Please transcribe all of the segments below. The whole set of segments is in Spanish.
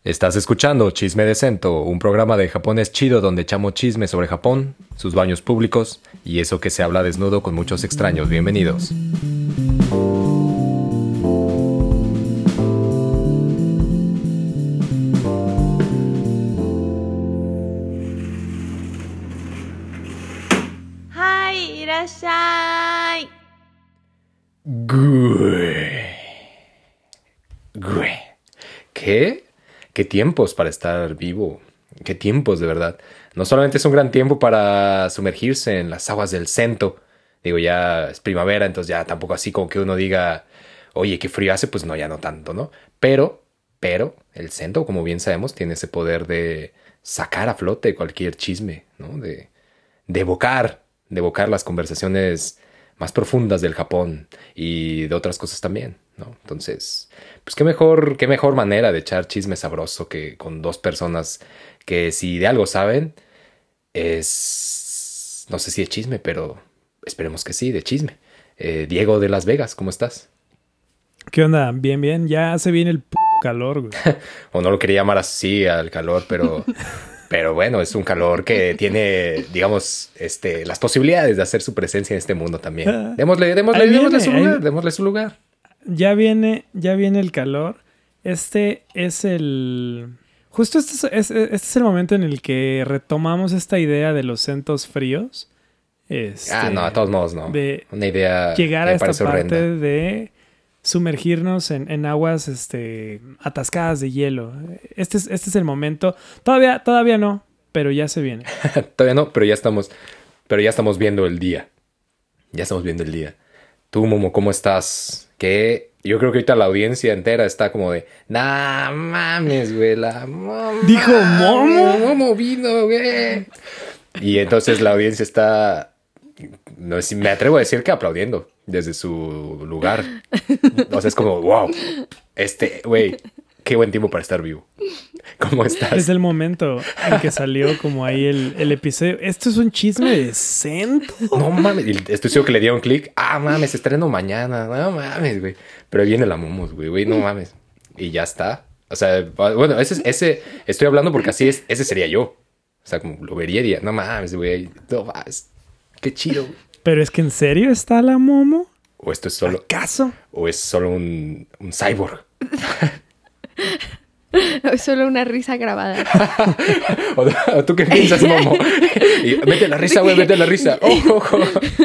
Estás escuchando Chisme de Sento, un programa de japonés chido donde echamos chisme sobre Japón, sus baños públicos y eso que se habla desnudo con muchos extraños. Bienvenidos. ¡Hi! ¡Irashai! ¿Qué? ¿Qué tiempos para estar vivo? ¿Qué tiempos, de verdad? No solamente es un gran tiempo para sumergirse en las aguas del Sento. Digo, ya es primavera, entonces ya tampoco así como que uno diga, oye, qué frío hace, pues no, ya no tanto, ¿no? Pero, el Sento, como bien sabemos, tiene ese poder de sacar a flote cualquier chisme, ¿no? De evocar las conversaciones más profundas del Japón y de otras cosas también, ¿no? Entonces, pues qué mejor manera de echar chisme sabroso que con dos personas que si de algo saben, no sé si es chisme, pero esperemos que sí, de chisme. Diego de Las Vegas, ¿cómo estás? ¿Qué onda? Bien, bien. Ya se viene el calor, güey. O no lo quería llamar así al calor, pero... Pero bueno, es un calor que tiene, digamos, las posibilidades de hacer su presencia en este mundo también. Démosle su lugar. Ya viene el calor. Este es el... Justo este es el momento en el que retomamos esta idea de los centos fríos. No, de todos modos no. De una idea llegar a esta parte horrenda. de sumergirnos en aguas atascadas de hielo. Este es el momento. Todavía no, pero ya se viene. Todavía no, pero ya estamos viendo el día. Ya estamos viendo el día. Tú, Momo, ¿cómo estás? Que yo creo que ahorita la audiencia entera está como de, nah, mames, güey, la Momo. ¿Dijo Momo? Momo vino, güey. Y entonces la audiencia está, no sé si me atrevo a decir que aplaudiendo desde su lugar. O sea, es como, wow, güey, qué buen tiempo para estar vivo. ¿Cómo estás? Es el momento en que salió como ahí el episodio. Esto es un chisme de Sento. No mames, estoy seguro que le dieron clic. Ah, mames, estreno mañana. No mames, güey. Pero ahí viene la Momos, güey, no mames. Y ya está. O sea, bueno, ese estoy hablando porque así es, ese sería yo. O sea, como lo vería y diría, no mames, güey, no mames. Qué chido, güey. Pero es que ¿en serio está la Momo? ¿O esto es solo... ¿Acaso? ¿O es solo un cyborg? Es solo una risa grabada. ¿O tú qué piensas, Momo? Mete la risa, güey, mete la risa. ¡Ojo!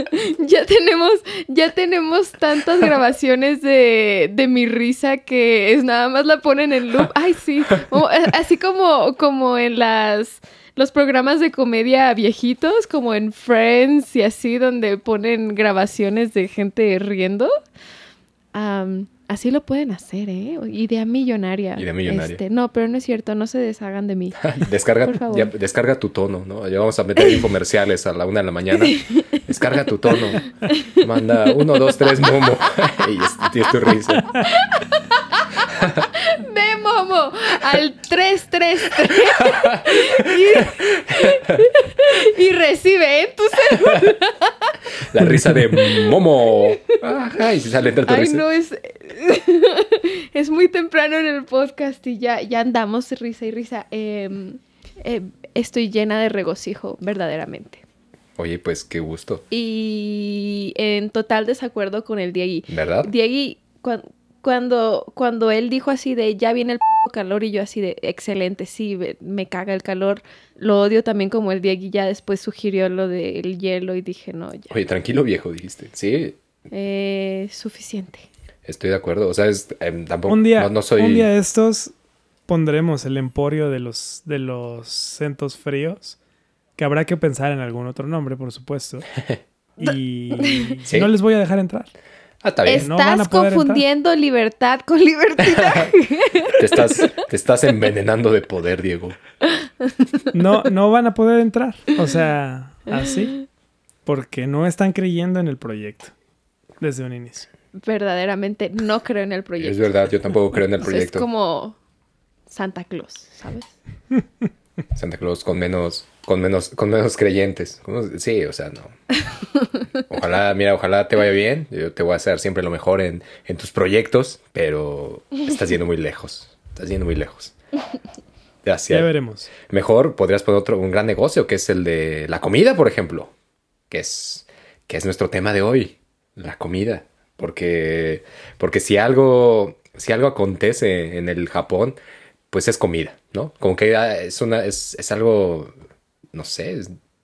Ya tenemos tantas grabaciones de mi risa que es nada más la ponen en loop. Ay, sí. Así como en los programas de comedia viejitos, como en Friends y así, donde ponen grabaciones de gente riendo. Así lo pueden hacer, ¿eh? Idea millonaria. No, pero no es cierto. No se deshagan de mí. Descarga tu tono, ¿no? Ya vamos a meter infomerciales a la 1 de la mañana. Descarga tu tono. Manda 1, 2, 3, Momo. Y es tu risa. Ve, Momo, al 333 y recibe en tu celular la risa de Momo. Ay, si sale entre tu risa. No, es muy temprano en el podcast y ya andamos risa y risa. Estoy llena de regocijo, verdaderamente. Oye, pues qué gusto. Y en total desacuerdo con el Diegui. ¿Verdad? Diegui, cuando él dijo así de ya viene el calor y yo así de excelente, sí, me caga el calor, lo odio también como el Diegui ya después sugirió lo del hielo y dije no, ya. Oye, tranquilo viejo, dijiste. Sí. Suficiente. Estoy de acuerdo, o sea, tampoco no soy... Un día de estos pondremos el emporio de los centos fríos, que habrá que pensar en algún otro nombre, por supuesto. Y ¿Sí? No les voy a dejar entrar. Está bien. Estás No van a poder confundiendo libertad con libertad. Te estás envenenando de poder, Diego. No van a poder entrar. O sea, así. Porque no están creyendo en el proyecto desde un inicio. Verdaderamente no creo en el proyecto. Es verdad, yo tampoco creo en el proyecto. Es como Santa Claus, ¿sabes? Santa Claus con menos creyentes. Sí, o sea, no. Ojalá te vaya bien. Yo te voy a hacer siempre lo mejor en tus proyectos, pero estás yendo muy lejos. Ya veremos. Mejor podrías poner un gran negocio, que es el de la comida, por ejemplo. Que es nuestro tema de hoy. La comida. Porque si algo acontece en el Japón, pues es comida, ¿no? Como que es algo, no sé,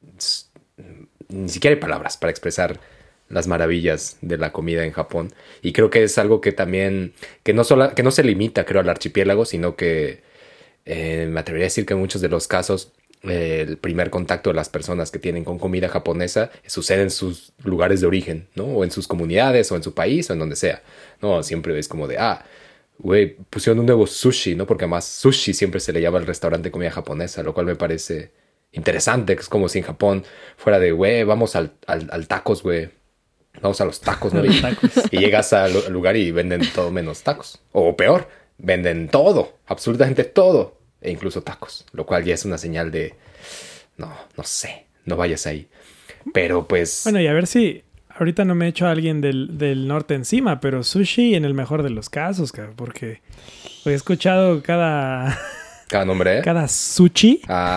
ni siquiera hay palabras para expresar las maravillas de la comida en Japón. Y creo que es algo que también, que no se limita, creo, al archipiélago, sino que me atrevería a decir que en muchos de los casos el primer contacto de las personas que tienen con comida japonesa sucede en sus lugares de origen, ¿no? O en sus comunidades, o en su país, o en donde sea. No, siempre es como de, güey, pusieron un nuevo sushi, ¿no? Porque además sushi siempre se le llama al restaurante de comida japonesa, lo cual me parece interesante, que es como si en Japón fuera de, güey, vamos al tacos, güey. Vamos a los tacos, ¿no? Y llegas al lugar y venden todo menos tacos. O peor, venden todo, absolutamente todo. E incluso tacos, lo cual ya es una señal de, no sé, no vayas ahí. Pero pues... Bueno, y a ver si ahorita no me echo a alguien del norte encima, pero sushi en el mejor de los casos, cabrón, porque he escuchado cada nombre, ¿eh? Cada sushi.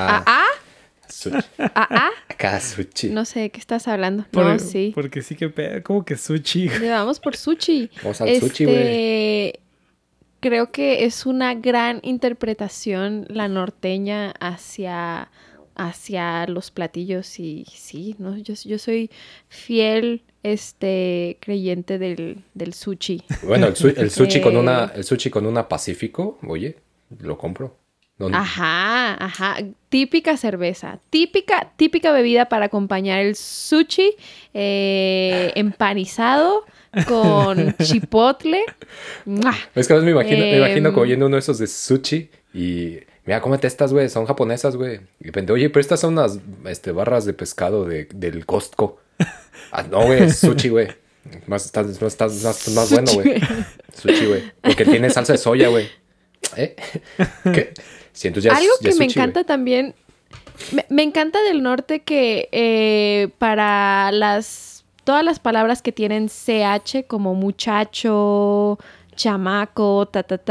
Sushi. Cada sushi. No sé de qué estás hablando. Sí. Porque sí que... ¿Cómo que sushi? Vamos por sushi. Vamos al sushi, güey. Creo que es una gran interpretación la norteña hacia los platillos. Y sí, ¿no? Yo soy fiel creyente del sushi. Bueno, el sushi con una Pacífico, oye, lo compro. Ajá. Típica cerveza. Típica bebida para acompañar el sushi empanizado con chipotle. ¡Mua! Es que a veces me imagino comiendo uno de esos de sushi y... Mira, cómete estas, güey. Son japonesas, güey. Y de repente, oye, pero estas son unas barras de pescado del Costco. No, güey, es sushi, güey. Estás más bueno, güey. Sushi, güey. Porque tiene salsa de soya, güey. ¿Qué? Sí, entonces algo ya que me sushi, encanta también, me encanta del norte que para todas las palabras que tienen CH como muchacho, chamaco,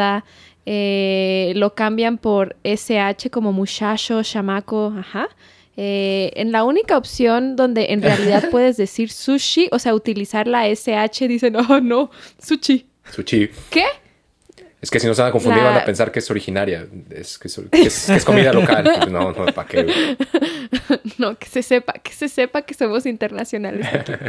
lo cambian por SH como muchacho, chamaco, ajá. En la única opción donde en realidad puedes decir sushi, o sea, utilizar la SH, dicen, oh no, sushi. Sushi. ¿Qué? Es que si no se van a confundir van a pensar que es originaria, es comida local. No, ¿para qué? No, que se sepa que somos internacionales.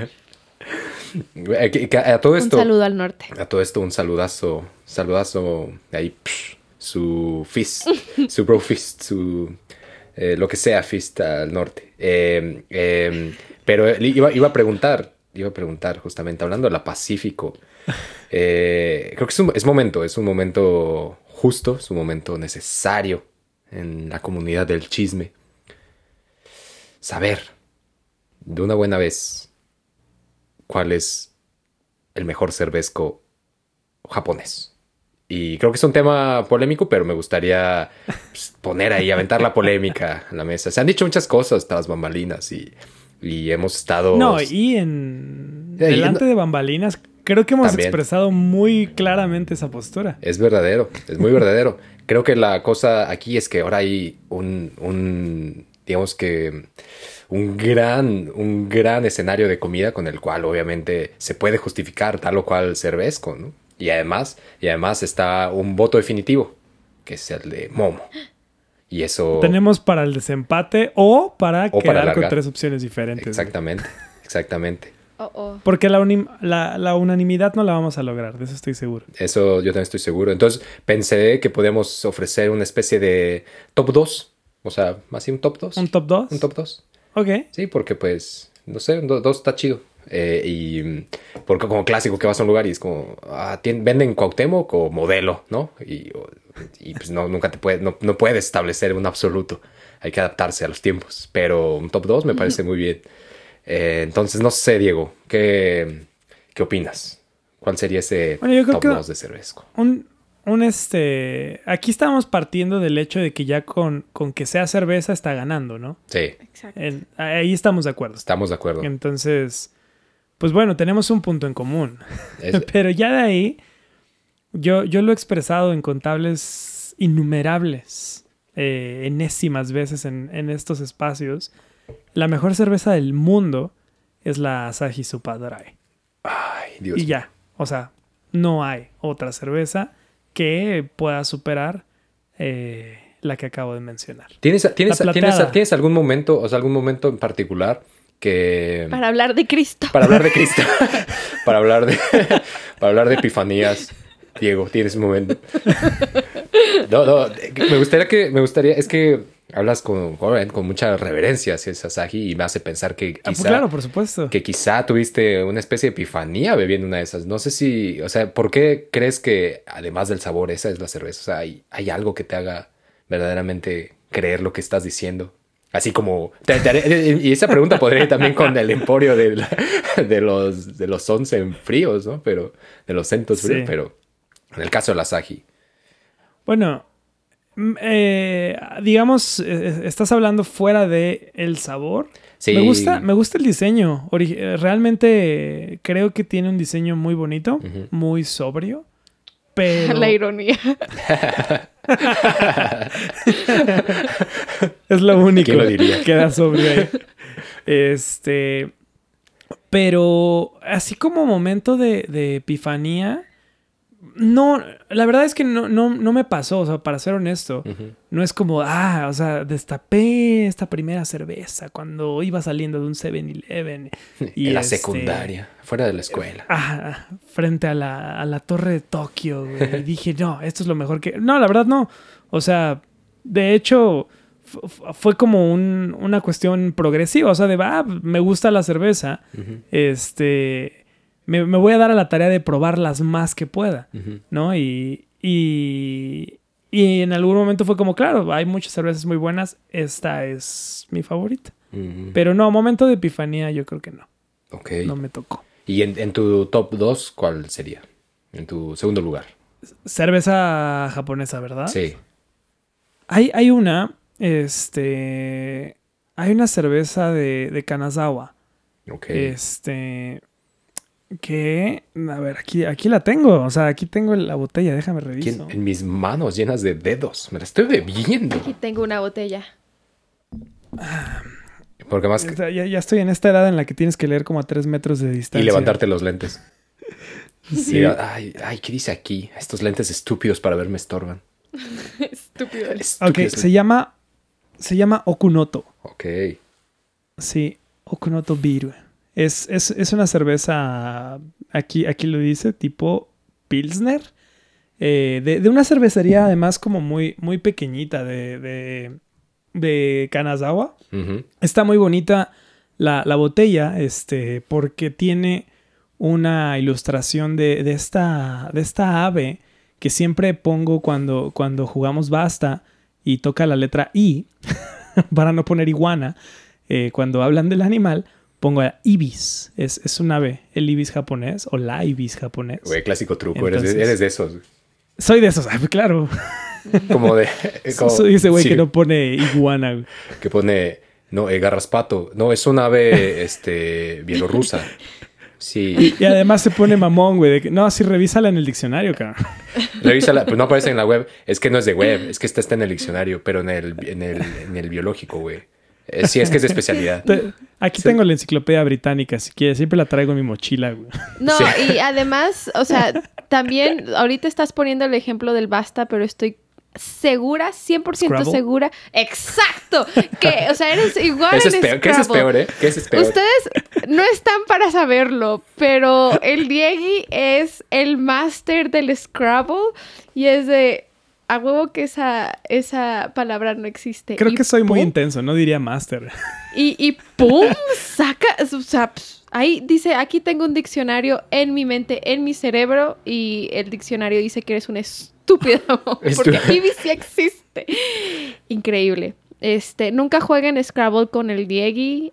A todo esto, un saludo al norte. A todo esto un saludazo ahí, su fist, su bro fist, su lo que sea fist al norte. Pero iba a preguntar justamente, hablando de la Pacífico. Creo que es un momento justo, es un momento necesario en la comunidad del chisme. Saber de una buena vez cuál es el mejor cervezco japonés. Y creo que es un tema polémico, pero me gustaría poner ahí, aventar la polémica a la mesa. Se han dicho muchas cosas tras bambalinas y hemos estado... No, y delante de bambalinas... Creo que hemos expresado muy claramente esa postura. Es verdadero, es muy verdadero. Creo que la cosa aquí es que ahora hay digamos que un gran escenario de comida con el cual obviamente se puede justificar tal o cual cervezco, ¿no? Y además está un voto definitivo, que es el de Momo. Y eso... Tenemos para el desempate o para quedar con 3 opciones diferentes. Exactamente. Porque la unanimidad no la vamos a lograr, de eso estoy seguro. Eso yo también estoy seguro. Entonces pensé que podíamos ofrecer una especie de top 2. O sea, así un top 2. ¿Un top 2? Un top 2. Ok. Sí, porque pues, no sé, 2 está chido. Y porque como clásico que vas a un lugar y es como, venden Cuauhtémoc o Modelo, ¿no? Y pues nunca no puedes establecer un absoluto. Hay que adaptarse a los tiempos. Pero un top 2 me parece muy bien. Entonces, no sé, Diego, ¿qué opinas? ¿Cuál sería ese top 2 de cervezco? Aquí estamos partiendo del hecho de que ya con que sea cerveza está ganando, ¿no? Sí. Exacto. Ahí estamos de acuerdo. Estamos de acuerdo. Entonces, pues bueno, tenemos un punto en común. Pero ya de ahí, yo lo he expresado en innumerables enésimas veces en estos espacios, la mejor cerveza del mundo es la Asahi Super Dry. Ay, Dios Y mío. ya, o sea, no hay otra cerveza que pueda superar la que acabo de mencionar. ¿Tienes plateada. algún momento, o sea, algún momento en particular que... Para hablar de Cristo. Para hablar de Cristo, para hablar de epifanías, Diego, tienes un momento. No, me gustaría, es que hablas con mucha reverencia hacia Asahi y me hace pensar que Pues quizá, claro, por supuesto. que quizá tuviste una especie de epifanía bebiendo una de esas. No sé si, o sea, ¿por qué crees que además del sabor esa es la cerveza? O sea, ¿hay algo que te haga verdaderamente creer lo que estás diciendo? Así como... y esa pregunta podría ir también con el emporio de los onsen fríos, ¿no? Pero de los centos fríos, Sí. pero en el caso del Asahi. Bueno, digamos, estás hablando fuera de el sabor. Sí. Me gusta el diseño. Realmente creo que tiene un diseño muy bonito, Ujú. muy sobrio. Pero La ironía. es lo único ¿Quién lo diría? que queda sobrio ahí. Pero así como momento de epifanía, no, la verdad es que no me pasó, o sea, para ser honesto. Ujú. No es como, o sea, destapé esta primera cerveza cuando iba saliendo de un 7-Eleven. En la secundaria, fuera de la escuela. Frente a la torre de Tokio, güey. Y dije, no, esto es lo mejor que... No, la verdad no. O sea, de hecho, fue como una cuestión progresiva. O sea, me gusta la cerveza. Ujú. Me voy a dar a la tarea de probar las más que pueda, Ujú. ¿no? Y en algún momento fue como, claro, hay muchas cervezas muy buenas, esta es mi favorita. Ujú. Pero no, momento de epifanía yo creo que no, Ok. no me tocó. ¿Y en tu top 2 cuál sería? En tu segundo lugar. Cerveza japonesa, ¿verdad? Sí. Hay una cerveza de Kanazawa, Ok. que, a ver, aquí la tengo, o sea, aquí tengo la botella, déjame Aquí reviso. en mis manos llenas de dedos. Me la estoy bebiendo. Aquí tengo una botella. Porque más... O sea, ya estoy en esta edad en la que tienes que leer como a 3 metros de distancia. Y levantarte los lentes. Sí. Mira, ay, ¿qué dice aquí? Estos lentes estúpidos para ver me estorban. Estúpido. Ok, Estúpidos. se llama Okunoto. Ok. Sí, Okunoto Biru. Es una cerveza, aquí lo dice, tipo Pilsner. De una cervecería además como muy, muy pequeñita de Kanazawa. Ujú. Está muy bonita la botella, porque tiene una ilustración de esta ave que siempre pongo cuando jugamos Basta y toca la letra I, para no poner iguana. Cuando hablan del animal, pongo a ibis. Es un ave, el ibis japonés o la ibis japonés. Güey, clásico truco. Entonces- Eres de esos. Soy de esos, claro. Como de... como- Soy ese güey sí, que no pone iguana, güey. que pone... No, garraspato. No, es un ave bielorrusa. Sí. Y además se pone mamón, güey. De que, no, sí, revísala en el diccionario, cabrón. Revísala, pues no aparece en la web. Es que no es de web, es que está en el diccionario, pero en el biológico, güey. Sí, es que es de especialidad. Aquí Sí. tengo la enciclopedia británica, si quieres. Siempre la traigo en mi mochila, güey. No, Sí. y además, o sea, también ahorita estás poniendo el ejemplo del Basta, pero estoy segura, 100% Scrabble. segura. ¡Exacto! Que, o sea, eres igual Eso en es peor. ¿Qué es Scrabble. peor, ¿Qué es peor? Ustedes no están para saberlo, pero el Diegui es el máster del Scrabble y es de... A huevo que esa palabra no existe. Creo Y que soy muy ¡pum! intenso, no diría máster. Y ¡pum! Saca... O sea, ahí dice, aquí tengo un diccionario en mi mente, en mi cerebro, y el diccionario dice que eres un estúpido, porque Ibis sí existe. Increíble. Nunca jueguen Scrabble con el Diegui.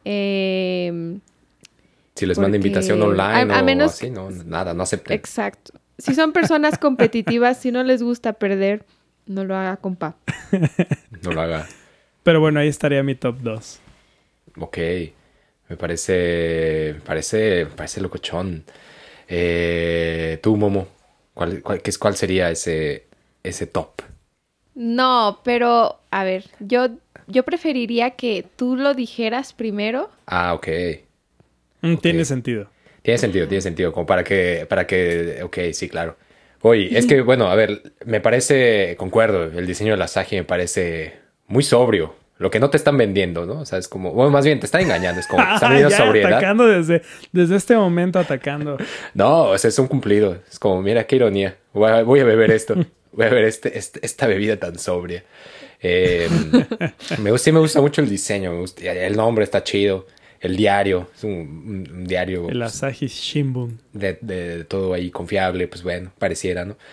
Si les manda porque- invitación online a o menos- así, no, nada, no acepten. Exacto. Si son personas competitivas, si no les gusta perder, no lo haga, compa. No lo haga. Pero bueno, ahí estaría mi top 2. Ok. Me parece locochón. Tú, Momo, ¿cuál sería ese top? No, pero a ver, yo preferiría que tú lo dijeras primero. Ah, ok. Tiene sentido. Tiene sentido, como ok, sí, claro. Oye, es que, bueno, a ver, me parece, concuerdo, el diseño del Asahi me parece muy sobrio. Lo que no te están vendiendo, ¿no? O sea, es como, bueno, más bien te están engañando, es como, están vendiendo Ya sobriedad. atacando desde este momento, atacando. No, o sea, es un cumplido. Es como, mira, qué ironía. Voy a beber esto. Voy a beber esta bebida tan sobria. Sí me gusta mucho el diseño. El nombre está chido. El diario. Es un diario El pues, Asahi Shimbun. de todo ahí confiable. Pues bueno, pareciera, ¿no?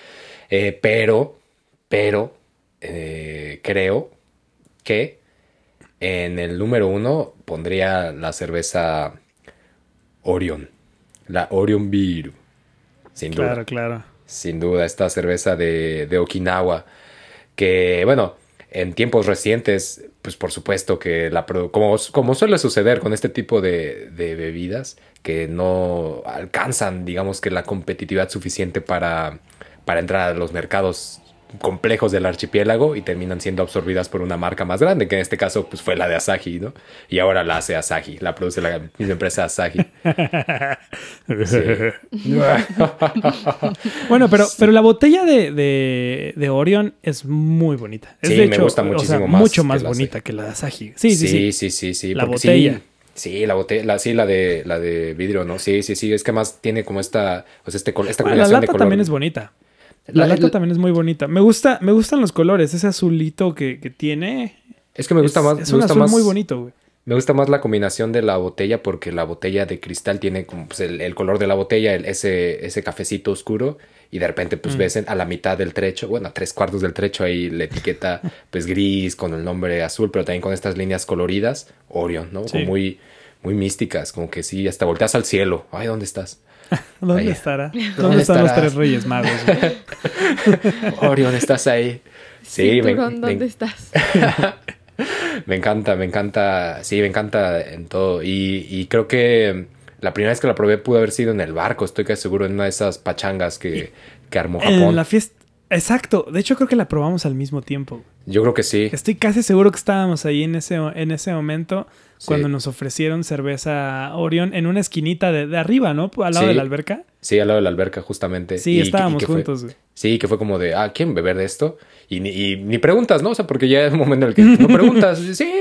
Pero, creo que en el número 1 pondría la cerveza Orion. La Orion Biru. Sin duda. Claro. Sin duda, esta cerveza de Okinawa, que bueno, en tiempos recientes, pues por supuesto que como suele suceder con este tipo de bebidas, que no alcanzan, digamos que la competitividad suficiente para entrar a los mercados complejos del archipiélago y terminan siendo absorbidas por una marca más grande, que en este caso pues fue la de Asahi, ¿no? Y ahora la hace Asahi, la produce la misma empresa Asahi. Sí. Bueno, pero la botella de Orion es muy bonita. Es Sí, de me hecho, gusta o sea, muchísimo más mucho que más la bonita que la de Asahi. Sí. La porque botella. Sí, la botella, sí, la de vidrio, ¿no? Sí, es que más tiene como esta Bueno, la combinación de lata color. también es bonita. La lata también es muy bonita. Me gustan los colores. Ese azulito que tiene. Es que me gusta más, Es un azul muy bonito, güey. me gusta más la combinación de la botella porque la botella de cristal tiene como pues, el color de la botella, ese cafecito oscuro y de repente pues ves a la mitad del trecho, bueno, a 3/4 del trecho ahí la etiqueta pues gris con el nombre azul, pero también con estas líneas coloridas, Orion, ¿no? Sí. Como muy místicas, como que sí, hasta volteas al cielo. Ay, ¿dónde estás? ¿Dónde Ahí. estará? ¿Dónde ¿Dónde están los estarás? 3 Reyes Magos, güey? Orion, ¿estás ahí? Sí, Cinturón, ¿dónde estás? me encanta, sí, me encanta en todo. Y creo que la primera vez que la probé pudo haber sido en el barco, estoy casi seguro, en una de esas pachangas que armó Japón. En la fiesta. Exacto. De hecho, creo que la probamos al mismo tiempo. Yo creo que sí. Estoy casi seguro que estábamos ahí en ese momento Sí. cuando nos ofrecieron cerveza Orion en una esquinita de arriba, ¿no? Al lado Sí. de la alberca. Sí, al lado de la alberca, justamente. Sí, estábamos juntos, güey. Sí, que fue como de, ¿quieren beber de esto? Y ni preguntas, ¿no? O sea, porque ya es un momento en el que no preguntas.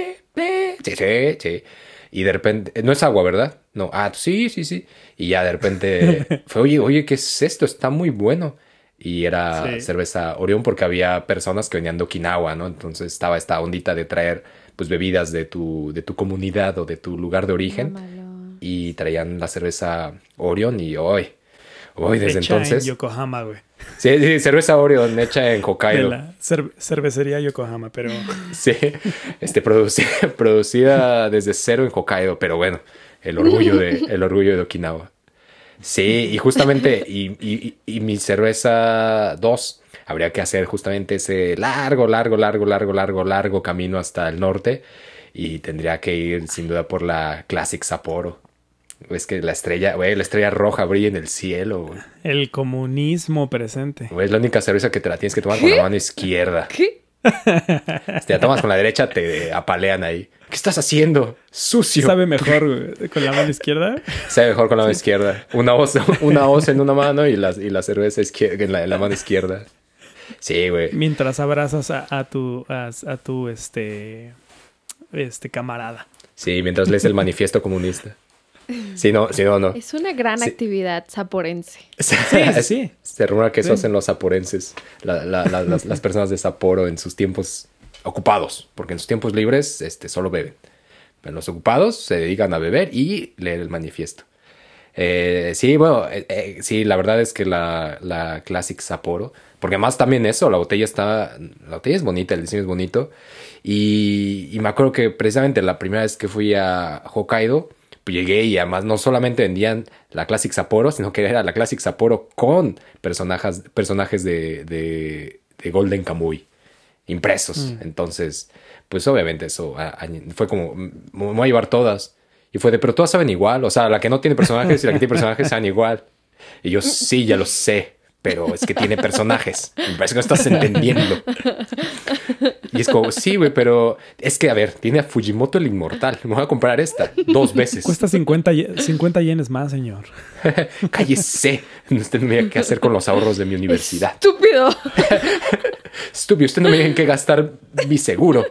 Sí. Y de repente, no es agua, ¿verdad? No, sí. Y ya de repente fue, oye, ¿qué es esto? Está muy bueno. Y era cerveza Orión porque había personas que venían de Okinawa, ¿no? Entonces estaba esta ondita de traer pues bebidas de tu comunidad o de tu lugar de origen. Mamalón. Y traían la cerveza Orión y hoy desde Hecha entonces. en Yokohama, güey. Sí, cerveza Orión hecha en De Hokkaido. la cervecería Yokohama, pero... Sí, producida desde cero en Hokkaido, pero bueno, el orgullo de Okinawa. Sí, y justamente, y mi cerveza 2, habría que hacer justamente ese largo camino hasta el norte y tendría que ir sin duda por la Classic Sapporo. Es que la estrella roja brilla en el cielo, güey. El comunismo presente. Güey, es la única cerveza que te la tienes que tomar con la mano izquierda. ¿Qué? Si te la tomas con la derecha, te apalean ahí. ¿Qué estás haciendo? Sucio. ¿Sabe mejor güey, con la mano izquierda? Sabe mejor con la mano izquierda. Una hoz en una mano y la cerveza en la mano izquierda. Sí, güey. Mientras abrazas a tu camarada. Sí, mientras lees el manifiesto comunista. Sí, no. Es una gran actividad saporense. Sí. Se rumora que eso Sí. hacen los saporenses, las personas de Sapporo en sus tiempos ocupados, porque en sus tiempos libres solo beben. Pero los ocupados se dedican a beber y leer el manifiesto. Sí, bueno, sí, la verdad es que la Classic Sapporo, porque además también eso, la botella es bonita, el diseño es bonito. Y me acuerdo que precisamente la primera vez que fui a Hokkaido, pues llegué y además no solamente vendían la Classic Sapporo, sino que era la Classic Sapporo con personajes de Golden Kamuy impresos. Entonces, pues obviamente eso fue como, me voy a llevar todas. Y fue pero todas saben igual. O sea, la que no tiene personajes y la que tiene personajes saben igual. Y yo, sí, ya lo sé. pero es que tiene personajes. Me parece que no estás entendiendo. Y es como, sí, güey, pero es que, a ver, tiene a Fujimoto el Inmortal. Me voy a comprar esta 2 veces. Cuesta 50 yenes más, señor. Cállese. Usted no me diga qué hacer con los ahorros de mi universidad. ¡Estúpido! Estúpido, usted no me diga en qué gastar mi seguro.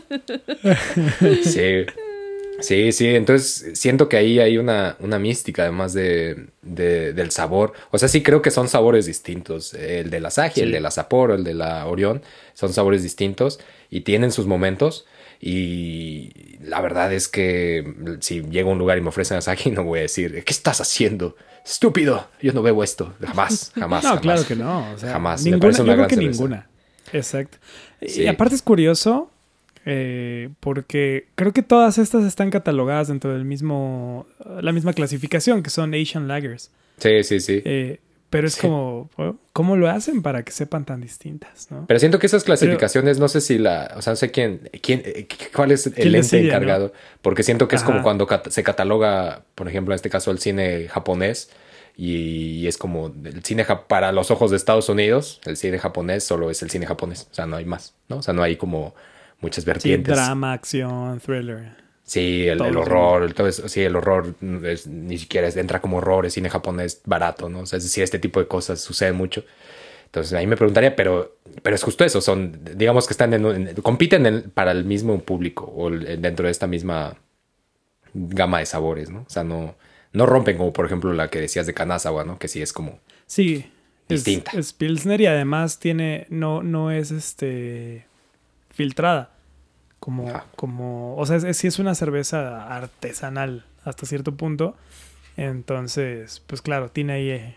Sí. Sí, sí, entonces siento que ahí hay una mística además del sabor. O sea, sí creo que son sabores distintos. El de la Asahi, el de la Sapporo, el de la Orión, son sabores distintos y tienen sus momentos. Y la verdad es que si llego a un lugar y me ofrecen Asahi, no voy a decir, ¿qué estás haciendo? Estúpido, yo no bebo esto. Jamás, jamás. No, jamás. claro que no. O sea, jamás. Ninguna, Me parece una yo creo gran que cerveza. ninguna. Exacto. Sí. Y aparte es curioso. Porque creo que todas estas están catalogadas dentro del la misma clasificación, que son Asian Lagers. Sí, sí, sí. Pero es Sí. como, ¿cómo lo hacen para que sepan tan distintas, ¿no? Pero siento que esas clasificaciones, no sé si o sea, no sé cuál es el ¿Quién ente decide, encargado, porque siento que es como Ajá. cuando se cataloga, por ejemplo, en este caso el cine japonés, y es como el cine para los ojos de Estados Unidos, el cine japonés solo es el cine japonés, o sea, no hay más, ¿no? O sea, no hay como muchas Sí, vertientes. drama, acción, thriller. Sí, el horror, todo eso, sí, el horror ni siquiera entra como horror, es cine japonés barato, ¿no? O sea, es decir, este tipo de cosas suceden mucho. Entonces ahí me preguntaría, pero es justo eso, digamos que están compiten para el mismo público o dentro de esta misma gama de sabores, ¿no? O sea, no rompen como por ejemplo la que decías de Kanazawa, ¿no? Que sí es como Sí, distinta. es Pilsner y además no es filtrada. O sea, sí es una cerveza artesanal hasta cierto punto. Entonces, pues claro, tiene ahí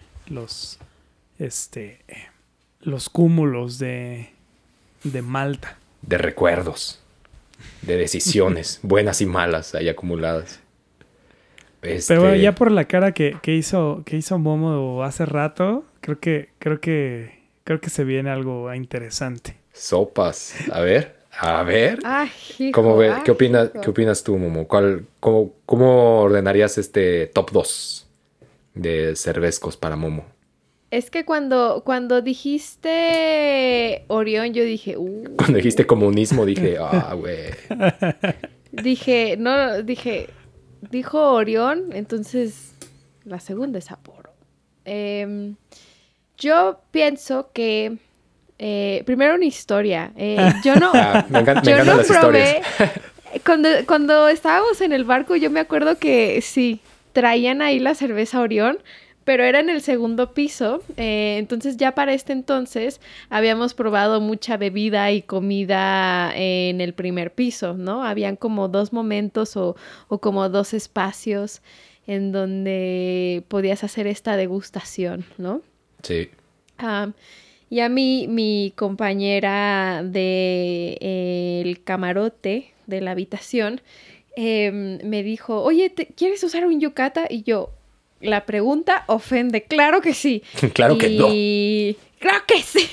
los cúmulos de malta. De recuerdos, de decisiones, buenas y malas ahí acumuladas. Pero bueno, ya por la cara que hizo Momo hace rato, creo que se viene algo interesante. Sopas. A ver. Ay, hijo, ¿Cómo ve? ay, ¿Qué hijo. opinas tú, Momo? ¿Cómo ordenarías este top 2 de cervezcos para Momo? Es que cuando dijiste Orión, yo dije, Cuando dijiste comunismo dije, güey. dijo Orión, entonces la segunda es Sapporo. Yo pienso que primero una historia. Yo no, Me encantan yo no las probé. historias. Cuando estábamos en el barco, yo me acuerdo que sí, traían ahí la cerveza Orión, pero era en el segundo piso. Entonces ya para este entonces habíamos probado mucha bebida y comida en el primer piso, ¿no? Habían como 2 momentos o como 2 espacios en donde podías hacer esta degustación, ¿no? Sí. Y a mí, mi compañera de el camarote de la habitación me dijo, oye, ¿quieres usar un yukata? Y yo, la pregunta ofende, claro que sí. Claro que no. ¡Claro que sí!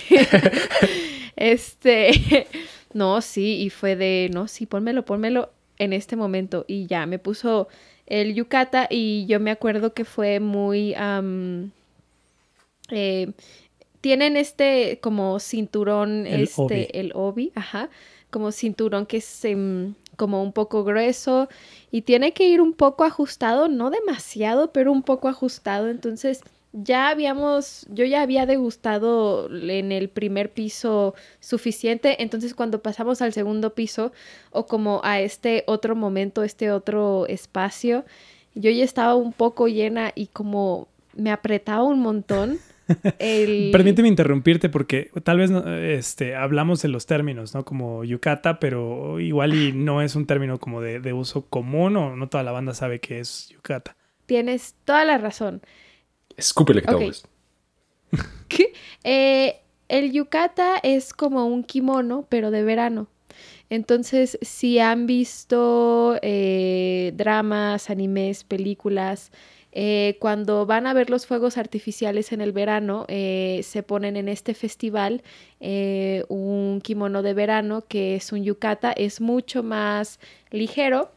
No, sí, y fue de, no, sí, pónmelo en este momento. Y ya, me puso el yukata y yo me acuerdo que fue muy... tienen como cinturón, el obi, ajá, como cinturón que es como un poco grueso y tiene que ir un poco ajustado, no demasiado, pero un poco ajustado. Entonces yo ya había degustado en el primer piso suficiente, entonces cuando pasamos al segundo piso o como a este otro momento, este otro espacio, yo ya estaba un poco llena y como me apretaba un montón. Permíteme interrumpirte porque tal vez hablamos de los términos, ¿no? Como yukata, pero igual y no es un término como de uso común o no toda la banda sabe qué es yukata. Tienes toda la razón. Escúpele que te ahogues. ¿Qué? El yukata es como un kimono, pero de verano. Entonces, si han visto dramas, animes, películas, cuando van a ver los fuegos artificiales en el verano, se ponen en este festival un kimono de verano que es un yukata, es mucho más ligero.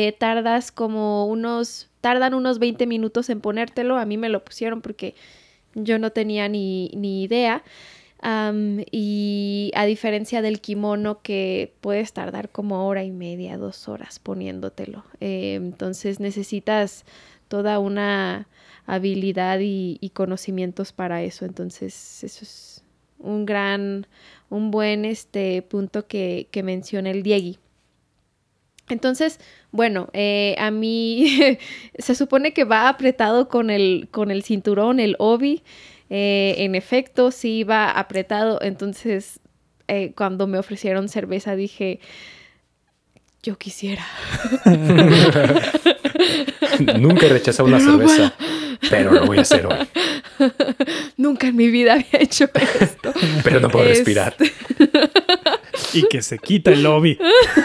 Tardan unos 20 minutos en ponértelo. A mí me lo pusieron porque Yo no tenía ni idea. Y a diferencia del kimono que puedes tardar como 1:30, 2 horas poniéndotelo. Entonces necesitas toda una habilidad y conocimientos para eso. Entonces eso es un buen punto que menciona el Diegui. Entonces, bueno, a mí se supone que va apretado con el cinturón, el obi. En efecto, sí iba apretado. Entonces, cuando me ofrecieron cerveza, dije, yo quisiera. Nunca he rechazado una cerveza, pero lo voy a hacer hoy. Nunca en mi vida había hecho esto. Pero no puedo respirar. Y que se quita el lobby.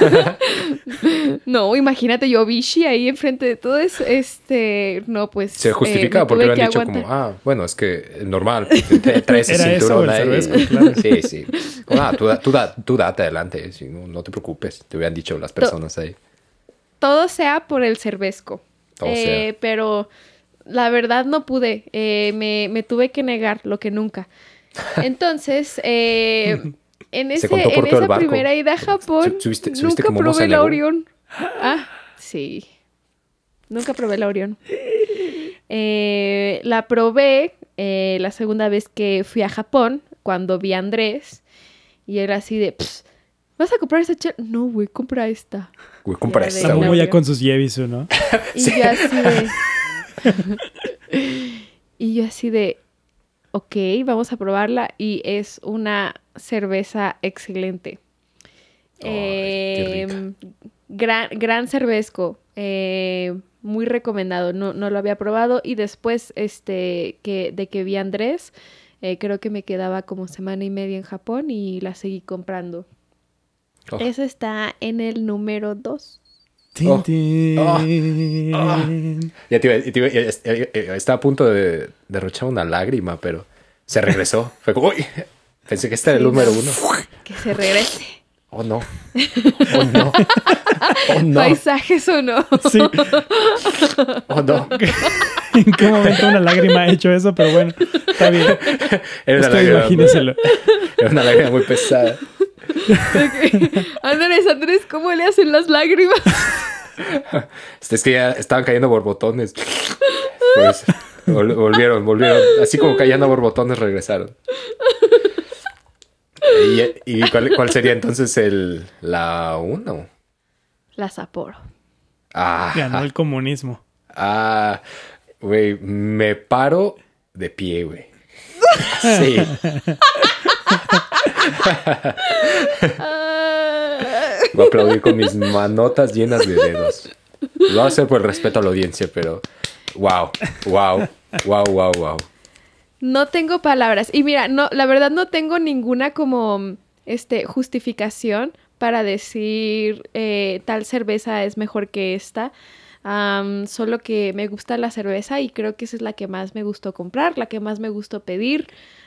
No, imagínate yo bichi ahí enfrente de todo eso. No, pues. Se justifica porque lo han dicho como, bueno, es que normal, traes el cinturón ahí. Claro. Sí. Tú date adelante, no te preocupes, te hubieran dicho las personas ahí. Todo sea por el cervezco. Todo sea. Pero la verdad no pude. Me tuve que negar lo que nunca. Entonces, en esa primera ida a Japón, nunca probé la Orión. Sí. Nunca probé la Orión. La probé la segunda vez que fui a Japón, cuando vi a Andrés. Y era así de, ¿vas a comprar esa chela? No, güey, compra esta. Güey, compra esta. La Momo ya con sus Yebisu, ¿no? Y yo así de... Y yo así de... Ok, vamos a probarla. Y es una cerveza excelente. Qué rica. Gran cervezco. Muy recomendado. No lo había probado. Y después de que vi a Andrés, creo que me quedaba como 1.5 semanas en Japón y la seguí comprando. Eso está en el número 2. Ya estaba a punto de derrochar una lágrima, pero se regresó. Fue como, uy, pensé que este era el número 1. Que se regrese. Oh, no. Oh, no. Oh, no. Paisajes o no. Sí. Oh, no. ¿En qué momento una lágrima ha hecho eso? Pero bueno, está bien. Era una lágrima. Imagínenselo. Era una lágrima muy pesada. Okay. Andrés, ¿cómo le hacen las lágrimas? Es que ya estaban cayendo borbotones. Pues volvieron. Así como cayendo borbotones, regresaron. ¿Y cuál sería entonces la 1? La Sapporo. Ganó el comunismo. Güey, me paro de pie, güey. Sí. Voy a aplaudir con mis manotas llenas de dedos. Lo voy a hacer por el respeto a la audiencia, pero wow. No tengo palabras. Y mira, la verdad no tengo ninguna como justificación para decir tal cerveza es mejor que esta. Solo que me gusta la cerveza y creo que esa es la que más me gustó comprar, la que más me gustó pedir.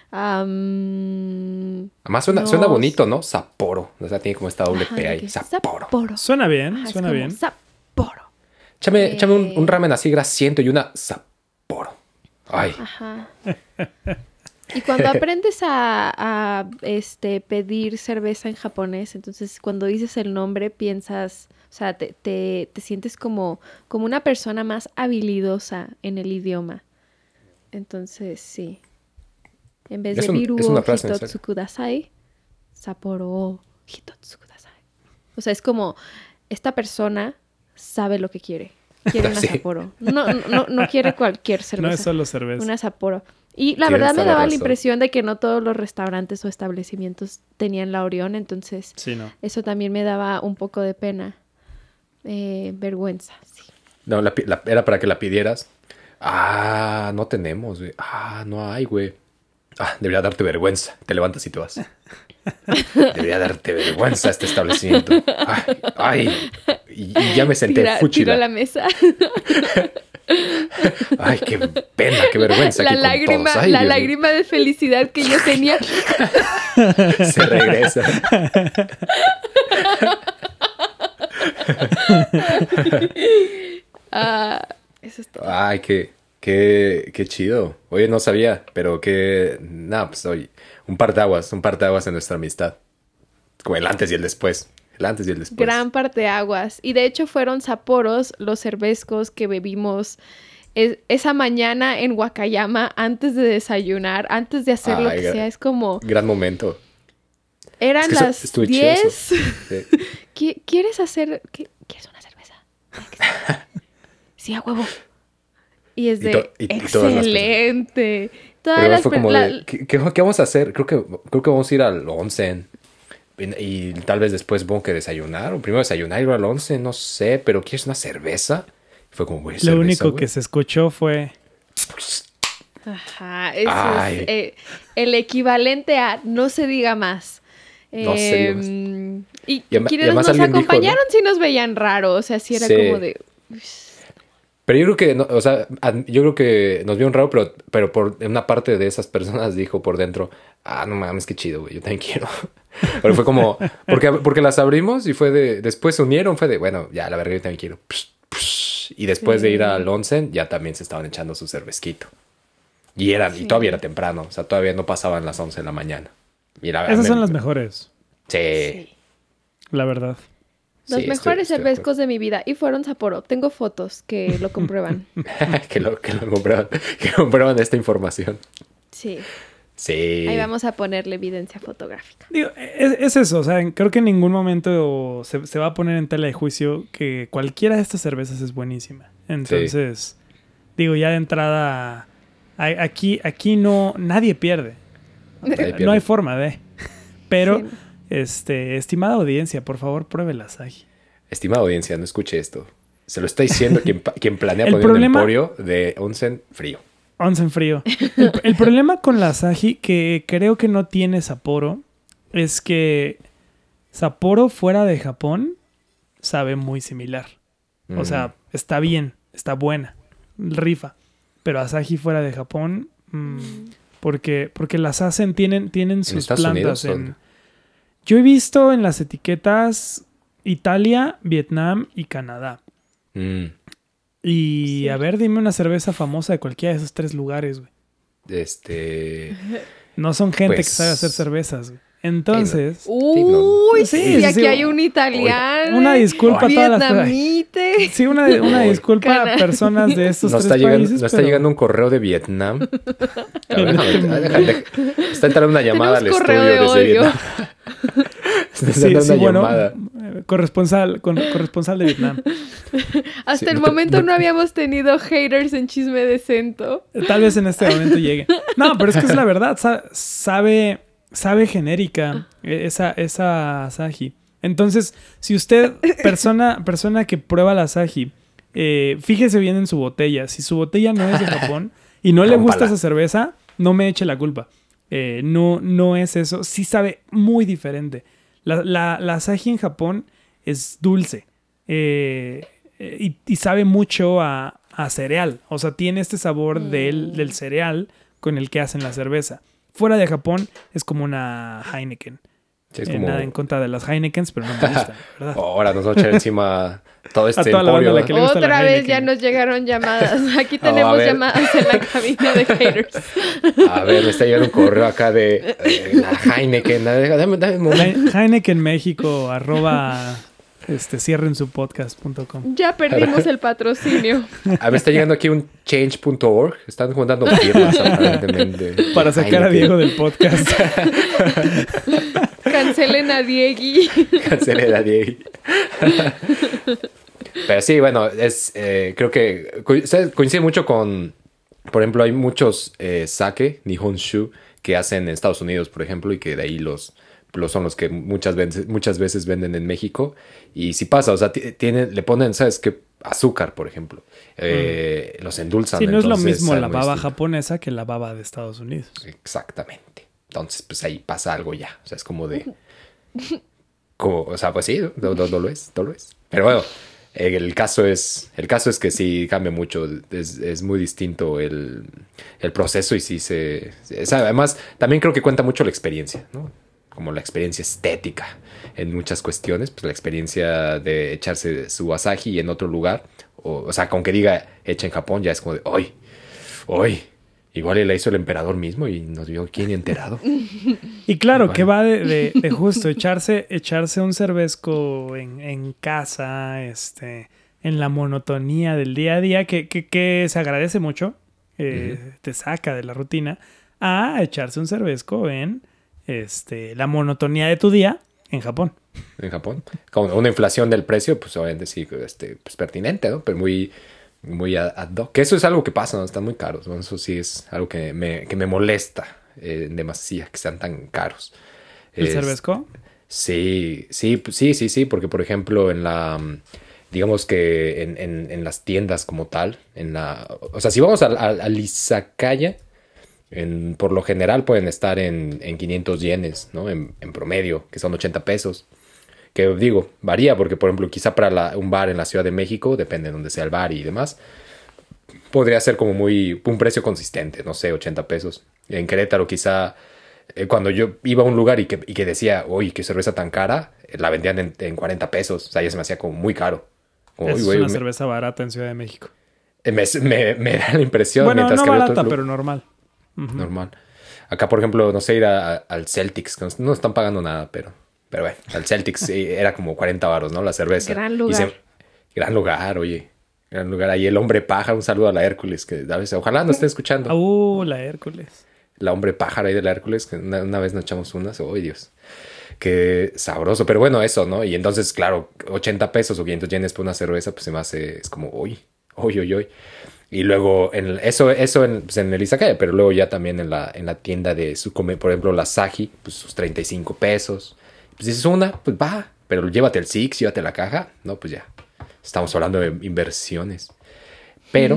Además suena bonito, ¿no? Sapporo. O sea, tiene como esta doble P ahí. Sapporo. Suena bien, suena bien. Sapporo. Échame un ramen así grasiento y una Sapporo. Ay. Ajá. Y cuando aprendes a pedir cerveza en japonés, entonces cuando dices el nombre piensas, o sea, te sientes como una persona más habilidosa en el idioma. Entonces, sí. En vez de Biru o Hitotsu Kudasai, Sapporo o Hitotsu Kudasai. O sea, es como, esta persona sabe lo que quiere. Quiere una Sapporo. No quiere cualquier cerveza. No es solo cerveza. Una Sapporo. Y la verdad me daba la impresión de que no todos los restaurantes o establecimientos tenían la Orión. Entonces, sí, no. Eso también me daba un poco de pena. Vergüenza, sí. No, era para que la pidieras. No tenemos, güey. No hay, güey. Debería darte vergüenza. Te levantas y te vas. Debería darte vergüenza este establecimiento. Ay. Y ya me senté fúchila. Tiro la mesa. Ay, qué pena, qué vergüenza. La lágrima de felicidad que yo tenía. Se regresa. Eso es todo. Ay, qué Qué chido. Oye, no sabía, pero nada, pues oye, un parteaguas en nuestra amistad. Como el antes y el después. El antes y el después. Gran parteaguas. Y de hecho fueron Sapporos los cervezcos que bebimos esa mañana en Wakayama antes de desayunar, antes de hacer lo que sea. Es como... Gran momento. Eran las 10. Sí. ¿Quieres hacer... ¿Quieres una cerveza? Sí, a huevo. Y es de... excelente. Todas las fue como ¿qué vamos a hacer? Creo que vamos a ir al onsen. Y tal vez después supongo que desayunar. O primero desayunar y ir al onsen, no sé. Pero ¿quieres una cerveza? Fue como, güey, lo único que se escuchó fue... Ajá, eso es el equivalente a no se diga más. No se diga más. Y quienes nos acompañaron dijo, ¿no? Sí nos veían raro, o sea, sí era como de... Pero yo creo que, no, o sea, yo creo que nos vieron raro, pero por una parte de esas personas dijo por dentro, no mames, qué chido, güey, yo también quiero. Pero fue como, porque las abrimos y fue después se unieron, fue de, bueno, ya, la verga, yo también quiero. Y después de ir al onsen, ya también se estaban echando su cervezquito. Y todavía era temprano, o sea, todavía no pasaban las 11 de la mañana. Esas son las mejores. Sí. La verdad. Los mejores cervezcos de mi vida. Y fueron Sapporo. Tengo fotos que lo comprueban. que lo comprueban. Que comprueban esta información. Sí. Sí. Ahí vamos a ponerle evidencia fotográfica. Digo, es eso. O sea, creo que en ningún momento se va a poner en tela de juicio que cualquiera de estas cervezas es buenísima. Entonces, digo, ya de entrada, aquí no, nadie pierde. No hay forma de. Pero... Sí. Estimada audiencia, por favor, pruebe la Asahi. Estimada audiencia, no escuche esto. Se lo está diciendo quien planea poner un emporio de onsen frío. Onsen frío. El problema con la Asahi, que creo que no tiene Sapporo, es que Sapporo fuera de Japón sabe muy similar. O sea, está bien, está buena, rifa. Pero Asahi fuera de Japón, porque las hacen, tienen sus plantas en... Yo he visto en las etiquetas Italia, Vietnam y Canadá. Y sí. A ver, dime una cerveza famosa de cualquiera de esos 3 lugares, güey. No son gente que sabe hacer cervezas, güey. Entonces... Uy, sí, aquí hay un italiano. Una disculpa a todas las personas. Sí, una disculpa a personas de estos 3 países. No está llegando un correo de Vietnam. Está entrando una llamada al estudio desde Vietnam. Bueno, corresponsal de Vietnam. Hasta el momento no habíamos tenido haters en Chisme de Cento. Tal vez en este momento llegue. No, pero es que es la verdad. Sabe genérica esa Asahi. Entonces, si usted, persona que prueba la Asahi, fíjese bien en su botella. Si su botella no es de Japón y no le gusta esa cerveza, no me eche la culpa. No es eso. Sí sabe muy diferente. La Asahi en Japón es dulce. Y sabe mucho a cereal. O sea, tiene este sabor del cereal con el que hacen la cerveza. Fuera de Japón es como una Heineken. Sí, es como... Nada en contra de las Heinekens, pero no me gustan, ¿verdad? Ahora nos vamos a echar encima todo este emporio. Otra vez ya nos llegaron llamadas. Aquí tenemos llamadas en la cabina de haters. A ver, me está llegando un correo acá de la Heineken. Dame un momento. Heineken México, @cierrensupodcast.com. Ya perdimos el patrocinio. A ver, está llegando aquí un change.org. Están juntando firmas aparentemente. Para sacar a Diego del podcast. Cancelen a Diegui. Pero sí, bueno, creo que coincide mucho con... Por ejemplo, hay muchos sake, Nihonshu, que hacen en Estados Unidos, por ejemplo, y que de ahí son los que muchas veces venden en México. Y sí pasa, o sea, le ponen, ¿sabes qué? Azúcar, por ejemplo. Los endulzan. Sí, no es lo mismo la baba japonesa que la baba de Estados Unidos. Exactamente. Entonces, pues ahí pasa algo ya. O sea, es como de... o sea, pues sí, no lo es. Pero bueno, el caso es que sí cambia mucho. Es muy distinto el proceso y sí además, también creo que cuenta mucho la experiencia, ¿no? Como la experiencia estética en muchas cuestiones, pues la experiencia de echarse su Asahi en otro lugar, o sea, con que diga hecha en Japón, ya es como de, ¡ay! Hoy, igual y la hizo el emperador mismo y nos vio aquí ni enterado. Y claro, Bueno. que va de justo echarse un cervezco en casa, en la monotonía del día a día, que se agradece mucho, te saca de la rutina, a echarse un cervezco en la monotonía de tu día en Japón. En Japón. Con una inflación del precio, pues obviamente sí, pues pertinente, ¿no? Pero muy, muy ad hoc. Que eso es algo que pasa, ¿no? Están muy caros, ¿no? Eso sí es algo que me molesta demasiado, que sean tan caros. ¿El cervezco? Sí, sí, porque por ejemplo digamos que en las tiendas como tal, o sea, si vamos al izakaya, por lo general pueden estar en 500 yenes, ¿no? En promedio, que son 80 pesos. Que digo, varía porque, por ejemplo, quizá para un bar en la Ciudad de México, depende de dónde sea el bar y demás, podría ser como un precio consistente, no sé, 80 pesos. En Querétaro quizá, cuando yo iba a un lugar y que decía, uy, qué cerveza tan cara, la vendían en 40 pesos. O sea, ya se me hacía como muy caro. Como, Es uy, güey, una cerveza barata en Ciudad de México. me da la impresión. Bueno, mientras no que había barata, otros pero normal. Ujú. normal. Acá, por ejemplo, no sé, ir al Celtics, que no están pagando nada, pero bueno, al Celtics era como 40 varos, ¿no? La cerveza. Gran lugar. Gran lugar, oye. Gran lugar. Ahí el hombre pájaro, un saludo a la Hércules, que a veces, ojalá nos esté escuchando. La Hércules. La hombre pájaro ahí de la Hércules, que una vez nos echamos unas, oh Dios. Qué sabroso. Pero bueno, eso, ¿no? Y entonces, claro, 80 pesos o 500 yenes por una cerveza, pues se me hace, es como, uy. Y luego, pues en el izakaya, pero luego ya también en la tienda de por ejemplo, la Saji, pues sus 35 pesos. Pues dices una, pues va, pero llévate el Six, llévate la caja. No, pues ya. Estamos hablando de inversiones. Pero,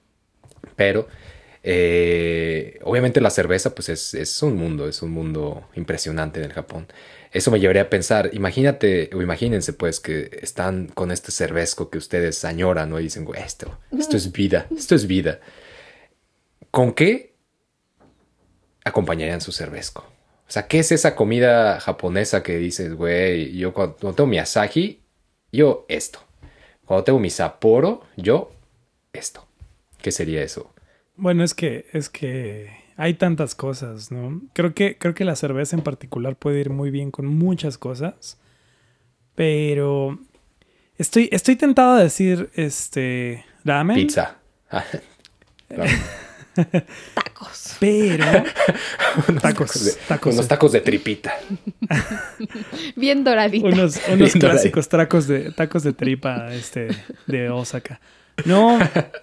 obviamente la cerveza, pues es un mundo impresionante en el Japón. Eso me llevaría a pensar, imagínate, o imagínense pues que están con este cervezco que ustedes añoran, ¿no? Y dicen, güey, esto es vida, esto es vida. ¿Con qué acompañarían su cervezco? O sea, ¿qué es esa comida japonesa que dices, güey, yo cuando tengo mi Asahi, yo esto. Cuando tengo mi Sapporo, yo esto. ¿Qué sería eso? Bueno, es que hay tantas cosas, ¿no? Creo que la cerveza en particular puede ir muy bien con muchas cosas. Pero estoy tentado a decir, ramen. Pizza. Tacos. Pero Unos tacos de tripita. Bien doradita. unos Bien clásicos tacos de tripa, de Osaka. No,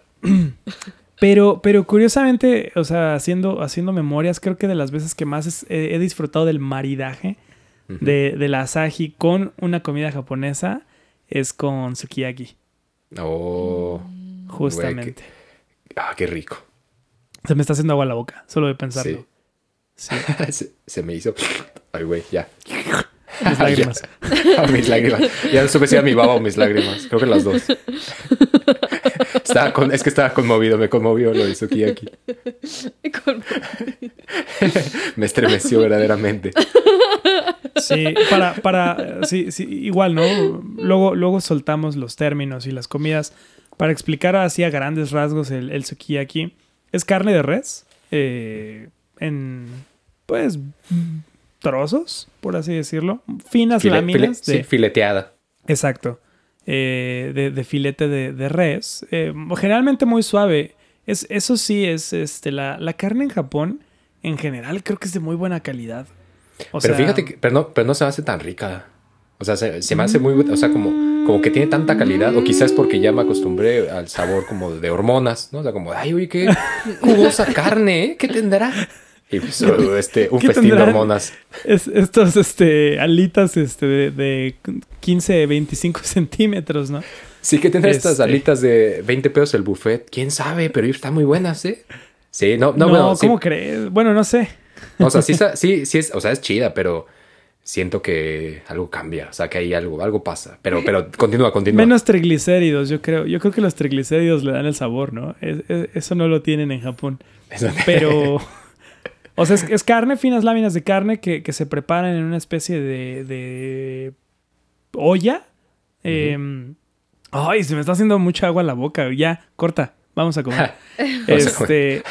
pero curiosamente, o sea, haciendo memorias, creo que de las veces que más he disfrutado del maridaje de la Asahi con una comida japonesa es con sukiyaki. Oh, Justamente. qué rico. Se me está haciendo agua la boca, solo de pensarlo. Sí. se me hizo. Ay, güey, ya. Mis lágrimas. Mis lágrimas. Ya no supe si era mi baba o mis lágrimas. Creo que las dos. Es que estaba conmovido. Me conmovió lo de Sukiyaki. Me estremeció verdaderamente. Sí, sí, igual, ¿no? Luego soltamos los términos y las comidas para explicar así a grandes rasgos el sukiyaki. Es carne de res en, pues, trozos, por así decirlo. Finas láminas. Sí, fileteada. Exacto. De filete de res. Generalmente muy suave. Eso sí, la carne en Japón, en general, creo que es de muy buena calidad. Pero fíjate que pero no se me hace tan rica. O sea, se me hace muy... O sea, como que tiene tanta calidad. O quizás porque ya me acostumbré al sabor como de hormonas, ¿no? O sea, como, ay, uy, qué jugosa carne, ¿eh? ¿Qué tendrá? Y pues, un festín de hormonas. Estos alitas de 15, 25 centímetros, ¿no? Sí, que tendrá estas alitas de 20 pesos el buffet. ¿Quién sabe? Pero están muy buenas, ¿eh? Sí, no, bueno, ¿cómo sí. crees? Bueno, no sé. O sea, sí es, o sea, es chida, pero siento que algo cambia, o sea, que hay algo pasa. Pero continúa. Menos triglicéridos, yo creo. Yo creo que los triglicéridos le dan el sabor, ¿no? Eso no lo tienen en Japón. Pero, o sea, es carne, finas láminas de carne que se preparan en una especie de olla. Ay, se me está haciendo mucha agua en la boca. Ya, corta. Vamos a comer. Vamos a comer.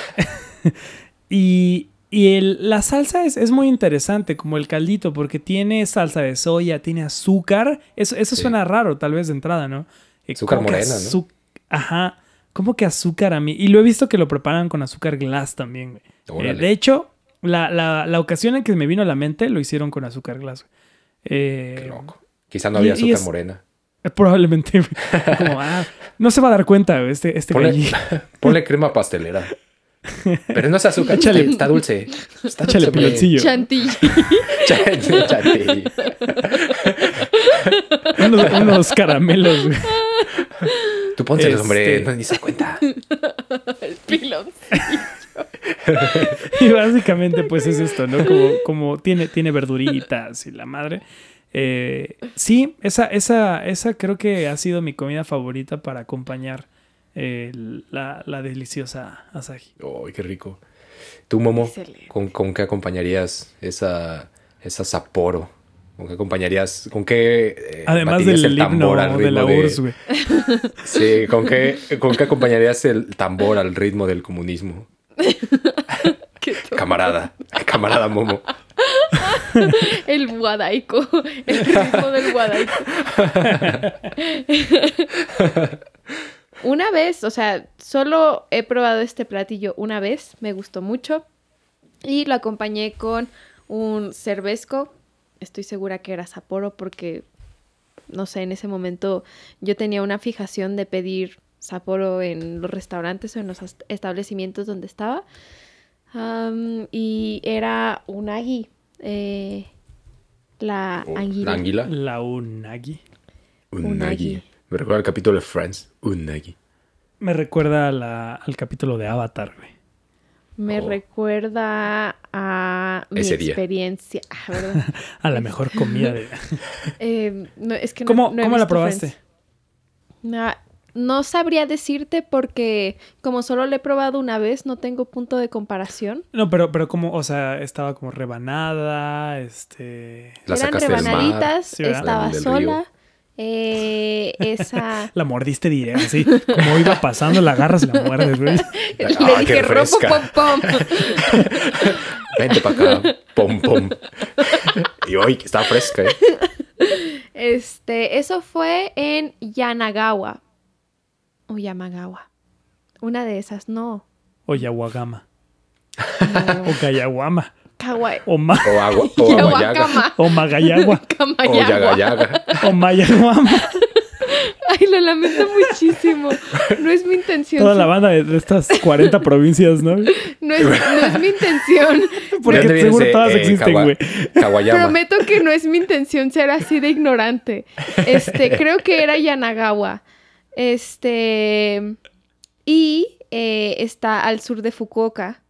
La salsa es muy interesante, como el caldito, porque tiene salsa de soya, tiene azúcar. Eso Sí. suena raro, tal vez de entrada, ¿no? Azúcar Como que morena, ¿no? Ajá. Como que azúcar a mí. Y lo he visto que lo preparan con azúcar glass también, güey. Órale. De hecho, la ocasión en que me vino a la mente lo hicieron con azúcar glass, güey. Qué loco. Quizá no había y azúcar es- morena. Probablemente, güey. Como, no se va a dar cuenta, güey, este Ponle, gallito. ponle crema pastelera. Pero no es azúcar, Échale- está dulce. Está Échale dulce, piloncillo. Chantilly. Chantilly. Unos caramelos, güey. Tú pónselos, hombre, Este- ni se da cuenta. El pilón. Y básicamente, pues es esto, ¿no? Como tiene verduritas y la madre. Sí, esa creo que ha sido mi comida favorita para acompañar la deliciosa asahi. Ay, qué rico. Tú, Momo, Excelente. ¿con qué acompañarías esa Sapporo? ¿Con qué acompañarías? ¿Con qué Además batirías del el tambor al himno de ritmo la de... URSS, güey. Sí, ¿con qué acompañarías el tambor al ritmo del comunismo? Camarada Momo. El guadaico. El ritmo del guadaico. Una vez, o sea, solo he probado este platillo una vez. Me gustó mucho. Y lo acompañé con un cervezco. Estoy segura que era Sapporo porque, no sé, en ese momento yo tenía una fijación de pedir Sapporo en los restaurantes o en los establecimientos donde estaba. Y era unagi. La anguila. ¿La anguila? La unagi. Unagi. Me recuerda al capítulo de Friends. Unagi. Me recuerda al capítulo de Avatar, güey. Me Oh. recuerda a mi Ese día. experiencia. ¿Verdad? A la mejor comida de... No, es que ¿Cómo no he la visto probaste? Friends. No sabría decirte porque como solo lo he probado una vez, no tengo punto de comparación. No, pero como, o sea, estaba como rebanada, La Eran sacaste del mar. rebanaditas, Sí, ¿verdad? estaba Del sola. Esa... La mordiste directo, así. Como iba pasando, la agarras y la muerdes, güey. Le Ay, dije qué rompo fresca. pom pom. Vente para acá. Pom, pom. Y hoy que está fresca, ¿eh? Eso fue en Yanagawa. O Yamagawa. Una de esas, no. O Yawagama. No. O Gayaguama. Kawaii. O O agua. O aguayaga. Yawakama. O Magayagua. O Kamayagua. yaga yaga. O Mayaguama. Ay, lo lamento muchísimo. No es mi intención. Toda la banda de estas 40 provincias, ¿no? No es mi intención. Porque ¿De dónde seguro viene todas ese, existen, Kawa- güey. Kawayama? Prometo que no es mi intención ser así de ignorante. Creo que era Yanagawa. Y está al sur de Fukuoka.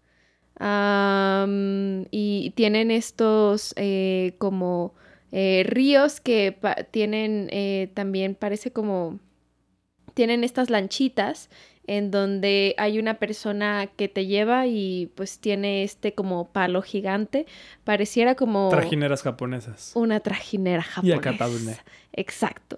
Y tienen estos como ríos que tienen también, parece como, tienen estas lanchitas en donde hay una persona que te lleva y pues tiene como palo gigante. Pareciera como Trajineras japonesas. una trajinera japonesa. Yakatabune. Exacto.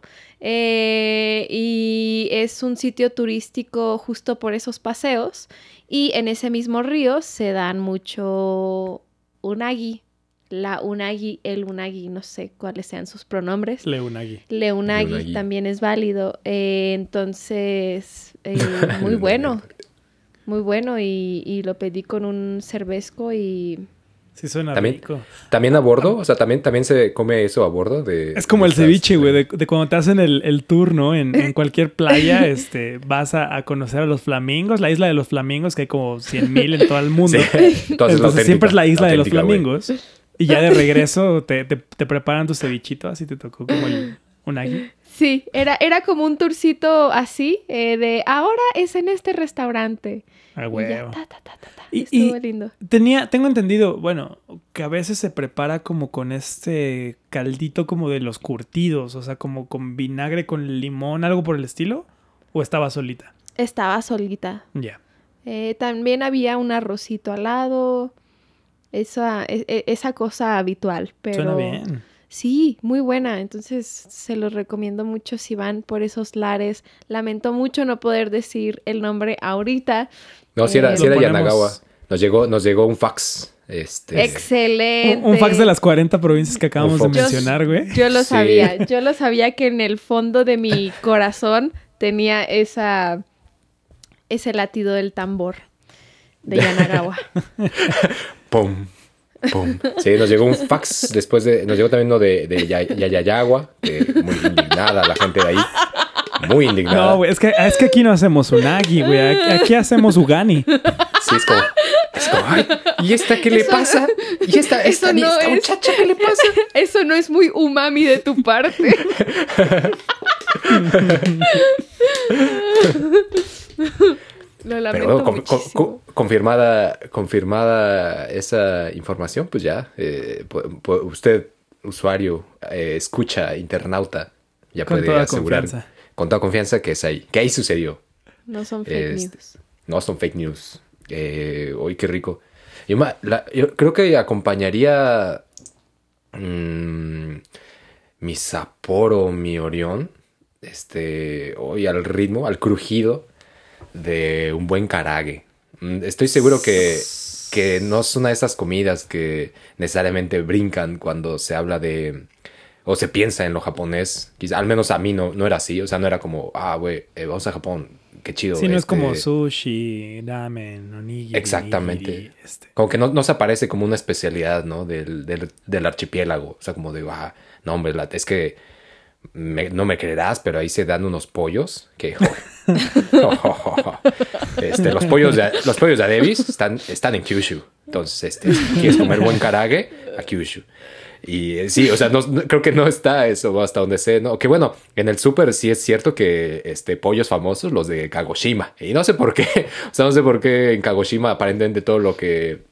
Y es un sitio turístico justo por esos paseos. Y en ese mismo río se dan mucho unagi. La unagi, el unagi, no sé cuáles sean sus pronombres. Leunagi. Leunagi Leunagi. también es válido. Entonces, muy bueno. Muy bueno. Y lo pedí con un cervezco y... Sí suena ¿También? rico. ¿También a bordo? O sea, ¿también se come eso a bordo? Es como el estas, ceviche, güey, de cuando te hacen el tour, ¿no? En cualquier playa, vas a conocer a los flamingos, la isla de los flamingos, que hay como 100,000 en todo el mundo. Sí. Entonces siempre es la isla de los auténtica, güey. flamingos. Y ya de regreso te preparan tu cevichito, así te tocó como el unagi. Sí, era como un tourcito así, de ahora es en este restaurante. Ah, Y ya, huevo. ta, ta, ta, ta, ta. Y- Estuvo y- lindo. Tengo entendido, bueno, que a veces se prepara como con este caldito como de los curtidos, o sea, como con vinagre con limón, algo por el estilo, ¿o estaba solita? Estaba solita. Ya. También había un arrocito al lado. Esa cosa habitual. Pero Suena bien. Sí, muy buena. Entonces se los recomiendo mucho si van por esos lares. Lamento mucho no poder decir el nombre ahorita. No, si era Lo ponemos- Yanagawa. Nos llegó un fax. Excelente. Un fax de las 40 provincias que acabamos de Un fax. mencionar, güey. Yo lo Sí. sabía. Yo lo sabía que en el fondo de mi corazón tenía ese latido del tambor de Yanagawa. Pum, pum. Sí, nos llegó un fax después nos llegó también uno de Yayayagua, muy indignada la gente de ahí. Muy indignada. No, güey, es que aquí no hacemos unagi, güey. Aquí hacemos ugani. Sí, es como, ay, ¿y esta qué le pasa? ¿Y esta muchacha qué le pasa? Eso no es muy umami de tu parte. Lo lamento Pero bueno, muchísimo. confirmada esa información, pues ya, usted, usuario, escucha, internauta, ya Con puede toda asegurar confianza. con toda confianza que ahí sucedió. No son fake Este, news. No son fake news. Uy, qué rico. Yo creo que acompañaría mi Sapporo, mi Orión, hoy al ritmo, al crujido de un buen karage. Estoy seguro que no es una de esas comidas que necesariamente brincan cuando se habla de o se piensa en lo japonés. Quizá, al menos a mí no era así. O sea, no era como, güey, vamos a Japón, qué chido. Sí, no es como sushi, ramen, onigiri. Exactamente. Nigiri, Como que no se aparece como una especialidad, ¿no? Del archipiélago. O sea, como de, no, hombre, es que no me creerás, pero ahí se dan unos pollos que, los pollos de Adebis están en Kyushu. Entonces, si quieres comer buen karage, a Kyushu. Y sí, o sea, creo que no está eso hasta donde sé, ¿no? Que bueno, en el súper sí es cierto que pollos famosos, los de Kagoshima. Y no sé por qué, o sea, no sé por qué en Kagoshima aparentemente todo lo que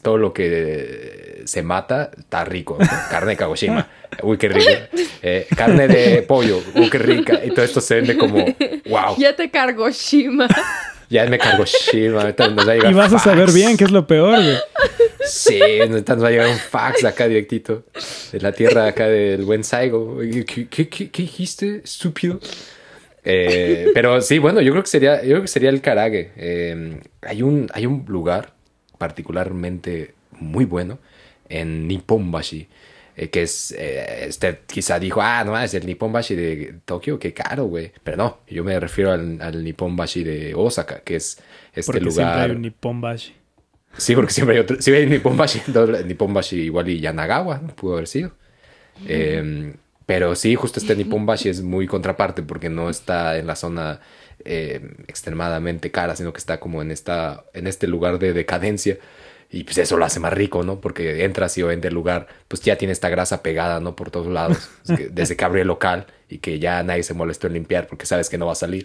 se mata está rico, ¿no? Carne de Kagoshima, uy, qué rico. Carne de pollo, uy, qué rica. Y todo esto se vende como, wow. Ya te cargo Shima. Ya me Kagoshima, ahorita nos va a llegar Y vas a saber fax. bien, que es lo peor, güey. Sí, ahorita nos va a llegar un fax acá directito. De la tierra acá del buen Saigo. ¿Qué dijiste, estúpido? Pero sí, bueno, yo creo que sería el karage. Hay un lugar particularmente muy bueno en Nipponbashi. Que es, usted quizá dijo, no, es el Nipponbashi de Tokio, qué caro, güey. Pero no, yo me refiero al Nipponbashi de Osaka, que es Porque lugar. siempre hay un Nipponbashi. Sí, porque siempre hay otro. Si hay Nipponbashi, entonces Nipponbashi igual y Yanagawa, ¿no? Pudo haber sido. Pero sí, justo Nipponbashi es muy contraparte porque no está en la zona extremadamente cara, sino que está como en este lugar de decadencia. Y pues eso lo hace más rico, ¿no? Porque entras y obviamente el lugar, pues ya tiene esta grasa pegada, ¿no? Por todos lados. Desde que abrió el local y que ya nadie se molestó en limpiar porque sabes que no va a salir.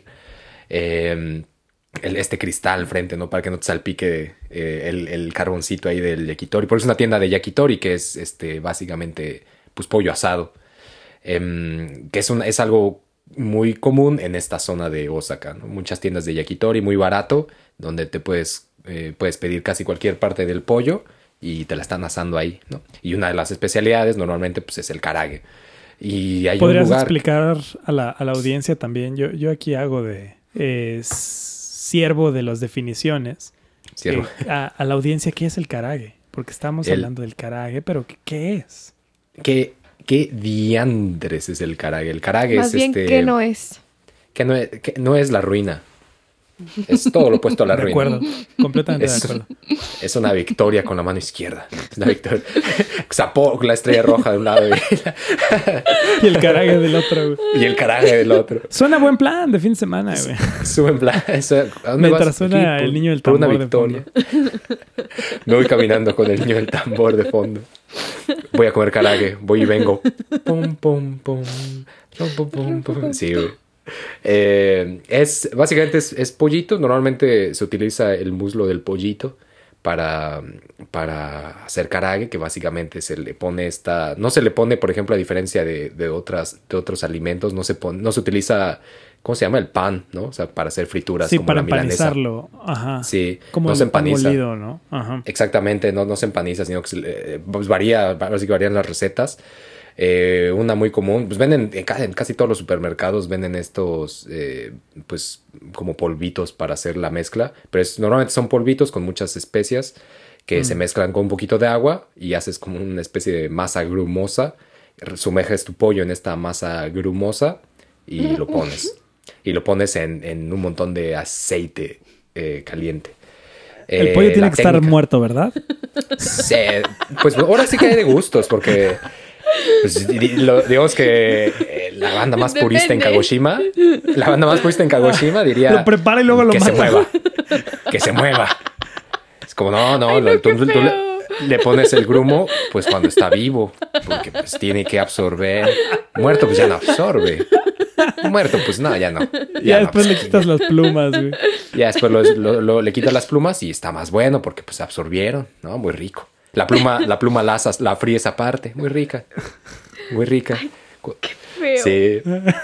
Este cristal al frente, ¿no? Para que no te salpique el carboncito ahí del yakitori. Porque es una tienda de yakitori que es básicamente pues pollo asado. Que es algo muy común en esta zona de Osaka, ¿no? Muchas tiendas de yakitori muy barato, donde te puedes pedir casi cualquier parte del pollo y te la están asando ahí, ¿no? Y una de las especialidades normalmente pues es el karage. Y hay ¿Podrías un lugar... explicar a la audiencia también? Yo aquí hago de siervo de las definiciones. Cierro. A la audiencia, ¿qué es el karage? Porque estamos hablando del karage, pero ¿qué es? ¿Qué diandres es el karage? El karage Más es bien, ¿qué no es? que no es la ruina. Es todo lo opuesto a la De ruina. acuerdo, completamente de acuerdo. Es una victoria con la mano izquierda. Es una victoria. Sapporo, la estrella roja de un lado Y el karage del otro, güey. y el karage del otro. Suena buen plan de fin de semana, güey. Sube en plan. ¿A dónde Mientras vas? suena Aquí, el niño del por una tambor de victoria. Me voy caminando con el niño del tambor de fondo. Voy a comer karage. Voy y vengo. Pum, pum, pum. Pum, pum, pum, pum. Sí, güey. Básicamente es pollito. Normalmente se utiliza el muslo del pollito para hacer karage, que básicamente se le pone no se le pone, por ejemplo, a diferencia de otros alimentos, no se utiliza, ¿cómo se llama? El pan, ¿no? O sea, para hacer frituras, Sí, como para la milanesa. empanizarlo. Ajá. Sí, Como no el se pan empaniza. molido, ¿no? Ajá. Exactamente, no se empaniza, sino que pues varía, ahora sí que varían las recetas. Una muy común, pues venden en casi todos los supermercados, venden estos, pues como polvitos para hacer la mezcla, pero normalmente son polvitos con muchas especias que se mezclan con un poquito de agua y haces como una especie de masa grumosa, sumerges tu pollo en esta masa grumosa y lo pones. Y lo pones en un montón de aceite caliente. El pollo tiene que estar muerto, ¿verdad? Sí, pues ahora sí que hay de gustos, porque pues, digamos que la banda más purista en Kagoshima, diría... Lo prepara y luego lo mata. Que se mueva. Es como, tú le pones el grumo pues cuando está vivo, porque pues tiene que absorber. Muerto pues ya no absorbe. Muerto pues no, ya no. Ya después le quitas las plumas, güey. Ya después le quitas las plumas y está más bueno porque pues absorbieron, ¿no? Muy rico. La pluma la fríes aparte, muy rica. Muy rica. Qué feo. Sí.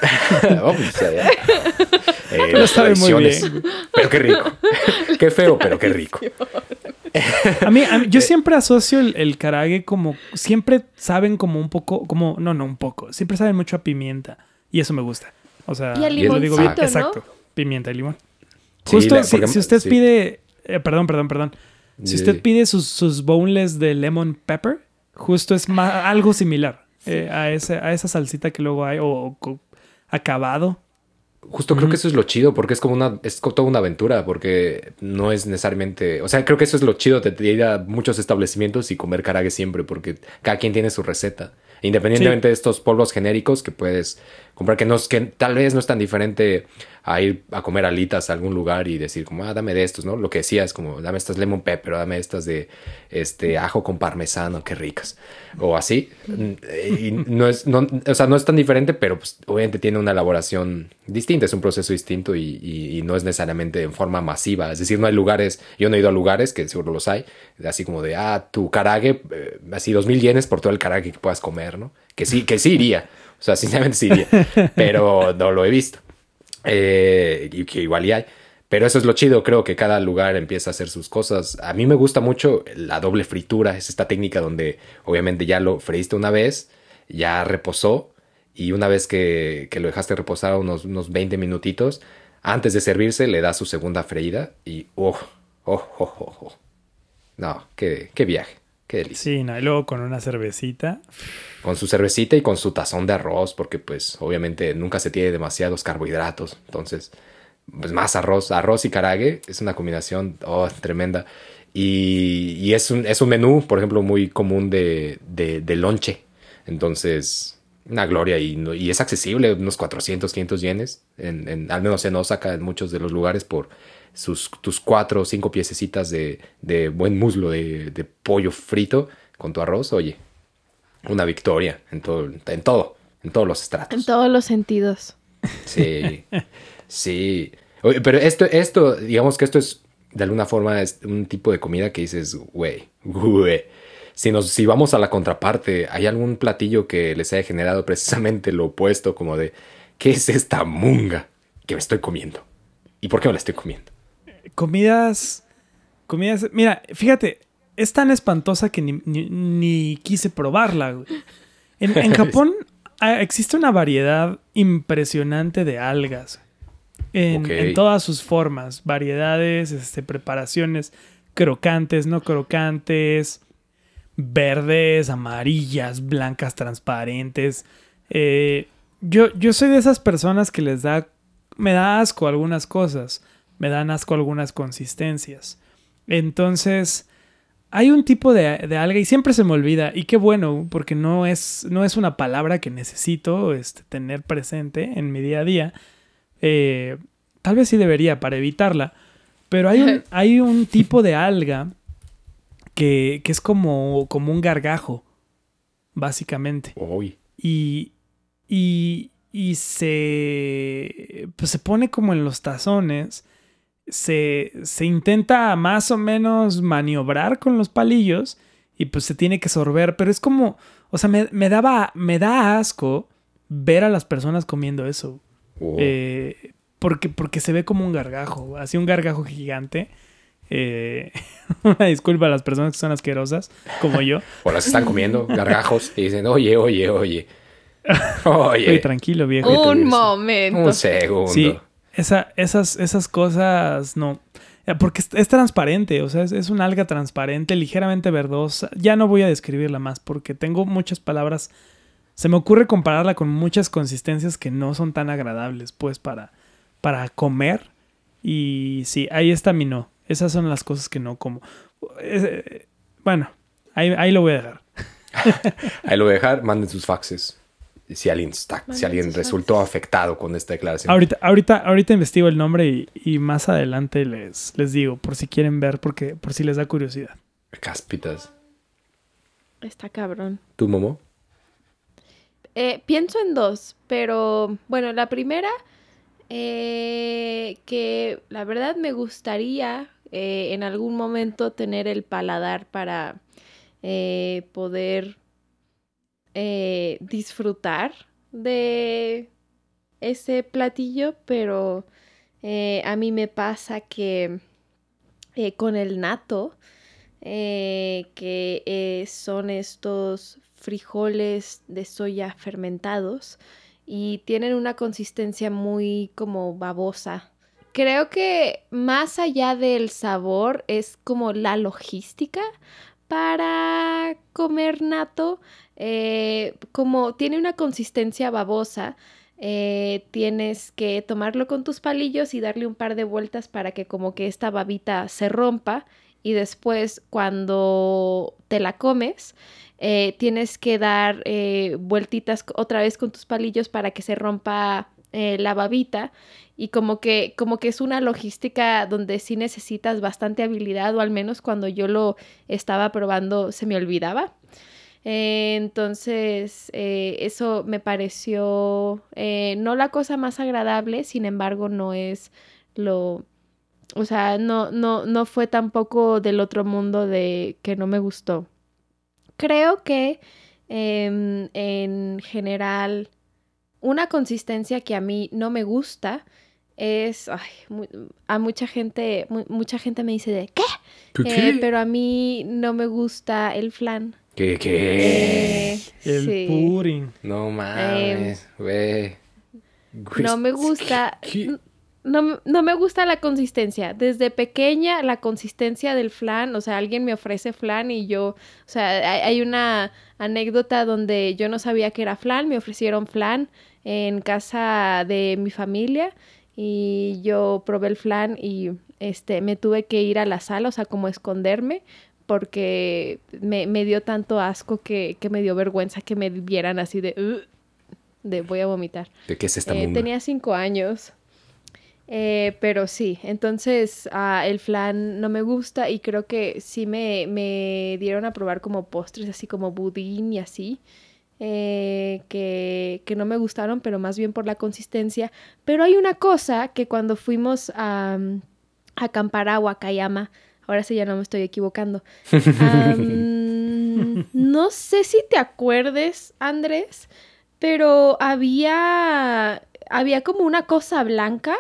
Lo sabe muy bien. Pero qué rico. Qué feo, pero qué rico. A mí yo siempre asocio el karage como... Siempre saben como un poco... Como, no un poco. Siempre saben mucho a pimienta. Y eso me gusta. O sea, y al lo digo bien. ¿no? Exacto. Pimienta y limón. Sí, Justo si usted pide... perdón. Si usted pide sus boneless de lemon pepper, justo es algo similar a esa salsita que luego hay o acabado. Justo creo que eso es lo chido, porque es toda una aventura, porque no es necesariamente... O sea, creo que eso es lo chido de ir a muchos establecimientos y comer karage siempre, porque cada quien tiene su receta. Independientemente de estos polvos genéricos que puedes comprar, que tal vez no es tan diferente a ir a comer alitas a algún lugar y decir como, dame de estos, ¿no? Lo que decías, como, dame estas lemon pepper, o dame estas de ajo con parmesano, qué ricas. O así. Y no es tan diferente, pero pues, obviamente tiene una elaboración distinta, es un proceso distinto y no es necesariamente en forma masiva. Es decir, no hay lugares, yo no he ido a lugares, que seguro los hay, así como de, tu karage, así 2,000 yenes por todo el karage que puedas comer, ¿no? Que sí iría. O sea, sinceramente sí iría. Pero no lo he visto. Y que igual y hay. Pero eso es lo chido, creo que cada lugar empieza a hacer sus cosas. A mí me gusta mucho la doble fritura. Es esta técnica donde obviamente ya lo freíste una vez, ya reposó. Y una vez que lo dejaste reposar unos 20 minutitos, antes de servirse le das su segunda freída. Y no, qué viaje. Qué delicia. Sí, no, y luego con una cervecita. Con su cervecita y con su tazón de arroz, porque pues obviamente nunca se tiene demasiados carbohidratos. Entonces, pues más arroz y karage es una combinación tremenda. Y es un menú, por ejemplo, muy común de lonche. Entonces, una gloria y es accesible, unos 400, 500 yenes, al menos en Osaka, en muchos de los lugares, por tus 4 o 5 piececitas de buen muslo de pollo frito con tu arroz. Oye, una victoria en todos los estratos. En todos los sentidos. Sí, sí. Oye, pero esto, digamos que esto es, de alguna forma, es un tipo de comida que dices, güey. Si vamos a la contraparte, ¿hay algún platillo que les haya generado precisamente lo opuesto? Como de, ¿qué es esta munga que me estoy comiendo? ¿Y por qué me la estoy comiendo? Comidas... Mira, fíjate, es tan espantosa que ni quise probarla, güey. En Japón existe una variedad impresionante de algas. En todas sus formas. Variedades, preparaciones crocantes, no crocantes, verdes, amarillas, blancas, transparentes. Yo soy de esas personas que me da asco algunas cosas. Me dan asco algunas consistencias. Entonces, hay un tipo de alga y siempre se me olvida. Y qué bueno, porque no es una palabra que necesito tener presente en mi día a día. Tal vez sí debería para evitarla. Pero hay un tipo de alga que es como un gargajo, básicamente. Uy. Y se pone como en los tazones. Se intenta más o menos maniobrar con los palillos y pues se tiene que sorber, pero es como, o sea, me da asco ver a las personas comiendo eso. Oh. Porque se ve como un gargajo, así un gargajo gigante Una disculpa a las personas que son asquerosas, como yo. O las están comiendo, gargajos, y dicen, oye. Oye, tranquilo, viejo. Un momento. Un segundo. Sí, esas cosas no. Porque es transparente, o sea, es una alga transparente, ligeramente verdosa. Ya no voy a describirla más porque tengo muchas palabras. Se me ocurre compararla con muchas consistencias que no son tan agradables, pues, para comer. Y sí, ahí está mi no. Esas son las cosas que no como. Bueno, ahí lo voy a dejar. Ahí lo voy a dejar, manden sus faxes. Si alguien resultó afectado con esta declaración. Ahorita investigo el nombre y más adelante les digo, por si quieren ver, por si les da curiosidad. Cáspitas. Está cabrón. ¿Tú, Momo? Pienso en dos, pero bueno, la primera, que la verdad me gustaría en algún momento tener el paladar para poder disfrutar de ese platillo, pero a mí me pasa que con el natto, que son estos frijoles de soya fermentados y tienen una consistencia muy como babosa. Creo que más allá del sabor es como la logística para comer natto. Como tiene una consistencia babosa, tienes que tomarlo con tus palillos y darle un par de vueltas para que como que esta babita se rompa, y después cuando te la comes tienes que dar vueltitas otra vez con tus palillos para que se rompa la babita, y como que es una logística donde sí necesitas bastante habilidad, o al menos cuando yo lo estaba probando se me olvidaba. Entonces eso me pareció no la cosa más agradable, sin embargo no es lo... O sea, no fue tampoco del otro mundo de que no me gustó. Creo que en general una consistencia que a mí no me gusta es... a mucha gente me dice de ¿qué? ¿Qué? Pero a mí no me gusta el flan. ¿Qué? El Sí. pudding. No mames, güey. No me gusta... ¿Qué? No me gusta la consistencia. Desde pequeña, la consistencia del flan, o sea, alguien me ofrece flan y yo, o sea, hay una anécdota donde yo no sabía que era flan, me ofrecieron flan en casa de mi familia y yo probé el flan y me tuve que ir a la sala, o sea, como esconderme, porque me dio tanto asco que me dio vergüenza que me vieran así de voy a vomitar. ¿De qué es esta mundo? Tenía 5 años. Pero sí, entonces el flan no me gusta, y creo que sí me dieron a probar como postres, así como budín y así, que no me gustaron, pero más bien por la consistencia. Pero hay una cosa que cuando fuimos a acampar a Wakayama, ahora sí ya no me estoy equivocando, no sé si te acuerdes, Andrés, pero había como una cosa blanca.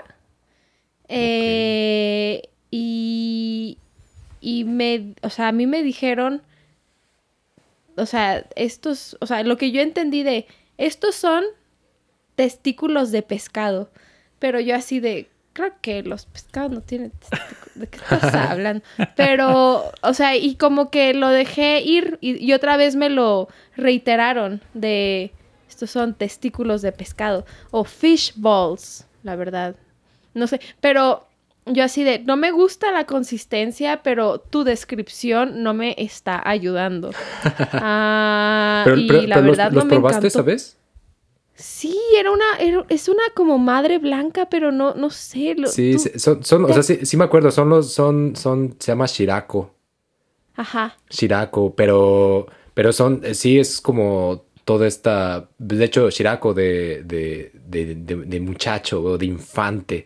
Y o sea, a mí me dijeron, o sea, o sea, lo que yo entendí de, estos son testículos de pescado, pero yo así de, creo que los pescados no tienen testículos, ¿de qué estás hablando? Pero, o sea, y como que lo dejé ir, y otra vez me lo reiteraron de, estos son testículos de pescado, o fish balls, la verdad. No sé, pero yo así de, no me gusta la consistencia, pero tu descripción no me está ayudando. Y la verdad ¿los no me probaste encantó. esa vez? Sí, es una como madre blanca, pero no sé. Sí, o sea, sí me acuerdo, se llama Shirako. Ajá. Shirako, pero sí es como toda esta, de hecho, Shirako de muchacho o de infante.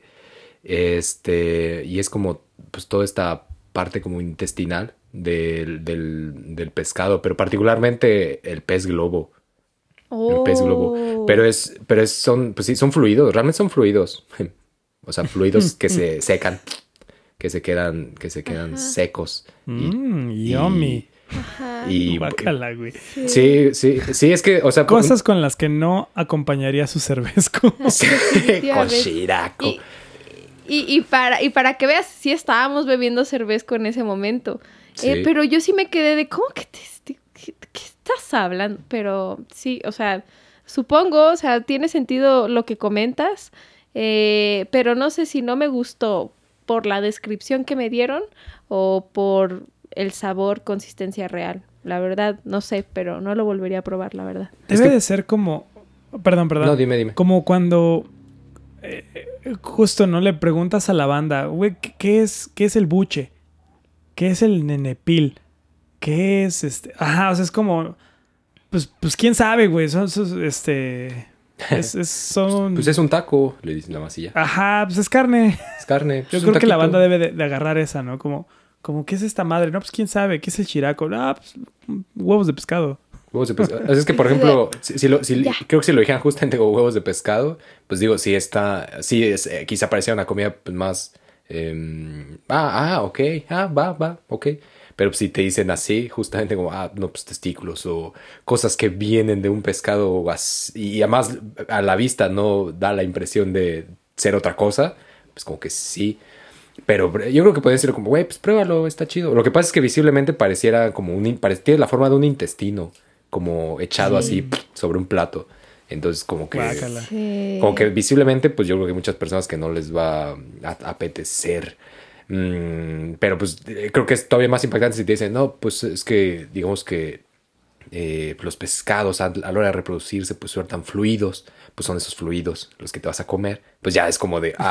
Y es como pues toda esta parte como intestinal del pescado, pero particularmente el pez globo. El pez globo. Pero son fluidos, realmente son fluidos. O sea, fluidos que se secan. que se quedan secos. Yummy. Y Guácala, güey. sí, es que, o sea, Cosas con las que no acompañaría su cervezco. con Shirako. Y para que veas, sí estábamos bebiendo cervezco en ese momento. Sí. Pero yo sí me quedé de, ¿cómo que qué estás hablando? Pero sí, o sea, supongo, o sea, tiene sentido lo que comentas, pero no sé si no me gustó por la descripción que me dieron o por el sabor, consistencia real. La verdad, no sé, pero no lo volvería a probar, la verdad. Debe de ser como... Perdón. No, dime. Como cuando... justo, ¿no? Le preguntas a la banda, güey, ¿qué es el buche? ¿Qué es el nenepil? ¿Qué es Ajá, o sea, es como... Pues quién sabe, güey. Son... son... Pues es un taco, le dicen la masilla. Ajá, pues es carne. Es carne. Yo creo que la banda debe de agarrar esa, ¿no? Como, ¿qué es esta madre? No, pues quién sabe, ¿qué es el Shirako? No, pues huevos de pescado. Huevos de pescado. O sea, es que, por ejemplo, creo que si lo dijeran justamente con huevos de pescado, pues digo, quizá parecía una comida pues, más... ok, va, ok. Pero si te dicen así, justamente como, no, pues testículos o cosas que vienen de un pescado y además a la vista no da la impresión de ser otra cosa, pues como que sí. Pero yo creo que puede ser como, güey, pues pruébalo, está chido. Lo que pasa es que visiblemente pareciera como tiene la forma de un intestino, como echado así sobre un plato. Entonces como que... Sí. Como que visiblemente, pues yo creo que hay muchas personas que no les va a apetecer. Pero pues creo que es todavía más impactante si te dicen, no, pues es que digamos que los pescados a la hora de reproducirse pues sueltan fluidos, pues son esos fluidos los que te vas a comer. Pues ya es como de,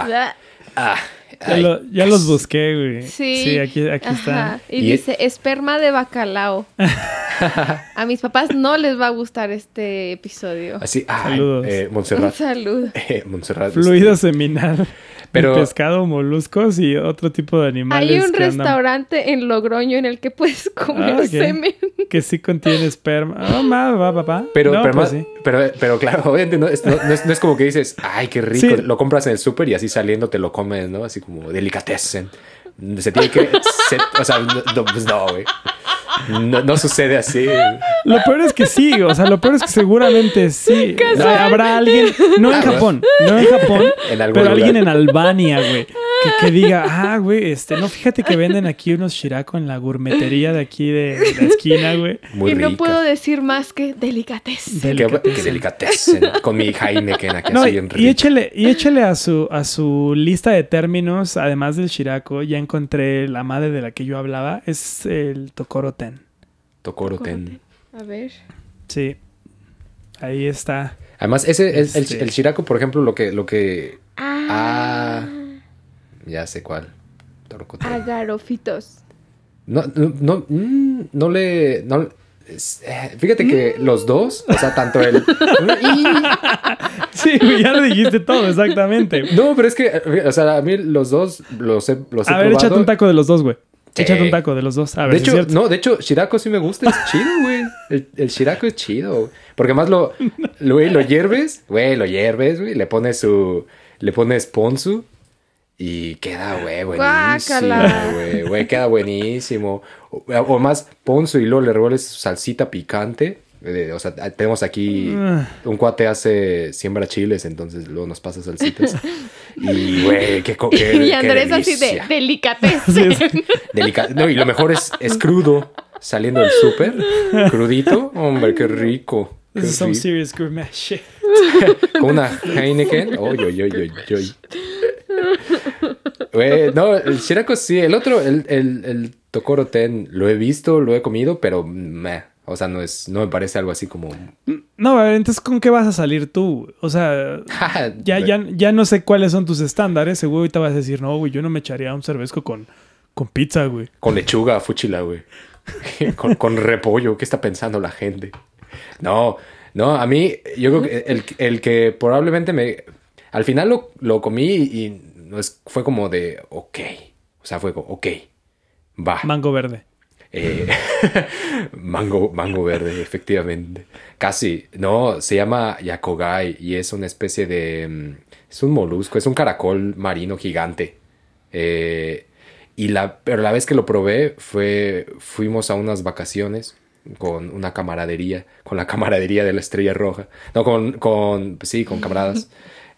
ya los busqué, güey. Sí, aquí están. Y dice, esperma de bacalao. A mis papás no les va a gustar este episodio. Así, saludos. Montserrat. Un saludo. Montserrat. Fluido seminal. Pero... pescado, moluscos y otro tipo de animales. Hay un restaurante en Logroño en el que puedes comer semen. Que sí contiene esperma. Va. Pero, no, pero, pues sí. pero claro, obviamente no es como que dices, ay, qué rico. Sí. Lo compras en el súper y así saliendo te lo comes, ¿no? Así como delicatessen. Se tiene que... o sea, pues no, güey. No sucede así. Lo peor es que sí, o sea, lo peor es que seguramente sí. Habrá alguien, no en Japón, pero alguien en Albania, güey, que diga, güey, no, fíjate que venden aquí unos Shirako en la gourmetería de aquí de la esquina, güey. Muy y no rica. puedo decir más que delicatessen. Que delicatessen. Con mi Heineken aquí así bien rico. Y échale a su lista de términos, además del Shirako, ya encontré la madre de la que yo hablaba, es el Tokoro-ten. Tokoro-ten. A ver. Sí. Ahí está. Además, el Shirako, por ejemplo, lo que... ya sé cuál. Tokoro-ten. Agarofitos. No le... fíjate que los dos, o sea, tanto el... Sí, ya lo dijiste todo, exactamente. No, pero es que, o sea, a mí los dos los he probado. A ver, échate un taco de los dos, güey. Échate un taco de los dos. A ver, de hecho, Shirako sí me gusta. Es chido, güey. El Shirako es chido. Porque más lo hierves, güey. Le pones ponzu y queda, güey, buenísimo, güey. Queda buenísimo. O más ponzu y luego le revuelves su salsita picante. O sea, tenemos aquí un cuate siembra chiles, entonces luego nos pasa salsitas. Y, güey, y Andrés así de delicatessen. No, y lo mejor es crudo, saliendo del súper, crudito. Hombre, qué rico. This is some serious gourmet shit. Con una Heineken. Güey, no, el Shirako sí. El otro, el Tokoro-ten, lo he visto, lo he comido, pero o sea, no me parece algo así como... No, a ver, entonces, ¿con qué vas a salir tú? O sea, ya no sé cuáles son tus estándares. Seguro ahorita vas a decir, no, güey, yo no me echaría un cervezco con pizza, güey. Con lechuga, fúchila, güey. con repollo. ¿Qué está pensando la gente? No, a mí, yo creo que el que probablemente al final lo comí y fue como de, ok. O sea, fue como, ok, va. Mango verde. Mango verde, efectivamente. Casi. No, se llama yakogai y es una especie de... es un molusco, es un caracol marino gigante. Pero la vez que lo probé fuimos a unas vacaciones con una camaradería, con la camaradería de la Estrella Roja. No, sí, con camaradas.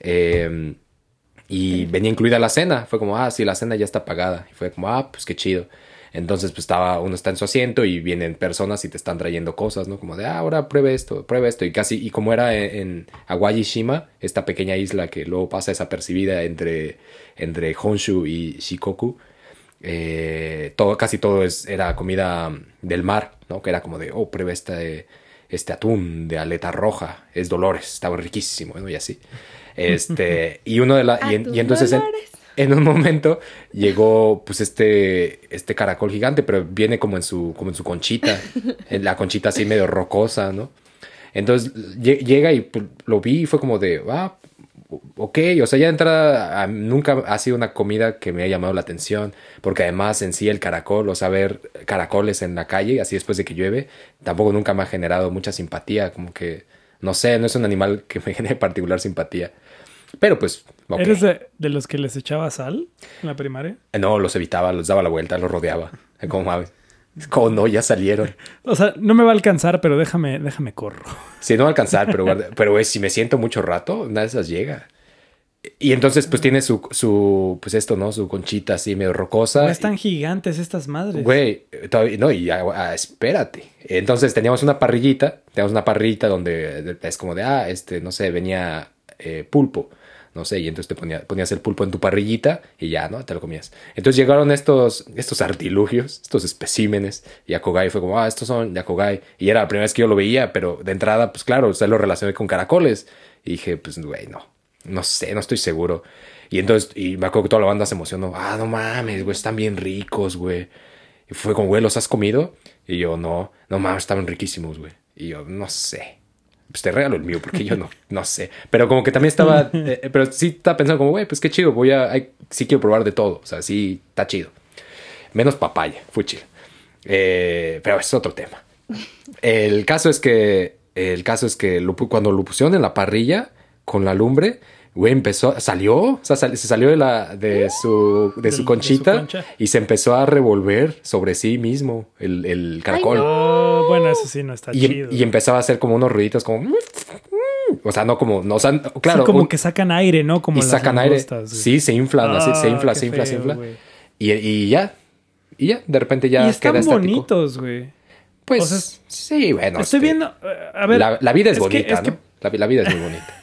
Y venía incluida la cena. Fue como, sí, la cena ya está pagada. Y fue como, pues qué chido. Entonces, pues uno está en su asiento y vienen personas y te están trayendo cosas, ¿no? Como de, ahora pruebe esto. Y como era en Awajishima, esta pequeña isla que luego pasa desapercibida entre Honshu y Shikoku, casi todo era comida del mar, ¿no? Que era como de, prueba este atún de aleta roja, es Dolores, estaba riquísimo, ¿no? Y así. Y entonces en un momento llegó pues este caracol gigante, pero viene como en su conchita, en la conchita así medio rocosa, ¿no? Entonces llega y pues, lo vi y fue como de, ok, o sea, ya de entrada nunca ha sido una comida que me ha llamado la atención, porque además en sí el caracol, o sea, ver caracoles en la calle, así después de que llueve, tampoco nunca me ha generado mucha simpatía, como que, no sé, no es un animal que me genere particular simpatía. Pero pues, okay. ¿Eres de los que les echaba sal en la primaria? No, los evitaba, los daba la vuelta, los rodeaba. ¿Cómo no? Ya salieron. O sea, no me va a alcanzar, pero déjame corro. Sí, no va a alcanzar, pero si me siento mucho rato, una de esas llega. Y entonces, pues tiene pues esto, ¿no? Su conchita así medio rocosa. No están gigantes estas madres. Güey, todavía, no, y espérate. Entonces teníamos una parrillita donde es como de, no sé, venía pulpo. No sé, y entonces te ponías el pulpo en tu parrillita y ya, ¿no? Te lo comías. Entonces llegaron estos artilugios, estos especímenes, y Yakogai fue como, estos son Yakogai. Y era la primera vez que yo lo veía, pero de entrada, pues claro, usted lo relacioné con caracoles. Y dije, pues, güey, no sé, no estoy seguro. Y entonces, me acuerdo que toda la banda se emocionó. No mames, güey, están bien ricos, güey. Y fue como, güey, ¿los has comido? Y yo, no mames, estaban riquísimos, güey. Y yo, no sé. Pues te regalo el mío porque yo no sé. Pero como que también estaba... pero sí estaba pensando como, güey, pues qué chido. Sí quiero probar de todo. O sea, sí está chido. Menos papaya. Fue chido. Pero es otro tema. El caso es que cuando lo pusieron en la parrilla con la lumbre, güey, salió. O sea, se salió de su conchita y se empezó a revolver sobre sí mismo el caracol. Ay, no. Bueno, eso sí no está chido. Y empezaba a hacer como unos ruiditos como... O sea, no como... O sea, claro. Sí, como que sacan aire, ¿no? Como y las sacan langostas, aire. Sí, se inflan. Se infla. Y ya. De repente ya y están queda estático. Bonitos, güey. Pues, o sea, sí, bueno. Estoy viendo... A ver... La vida es bonita, ¿no? La vida es muy bonita.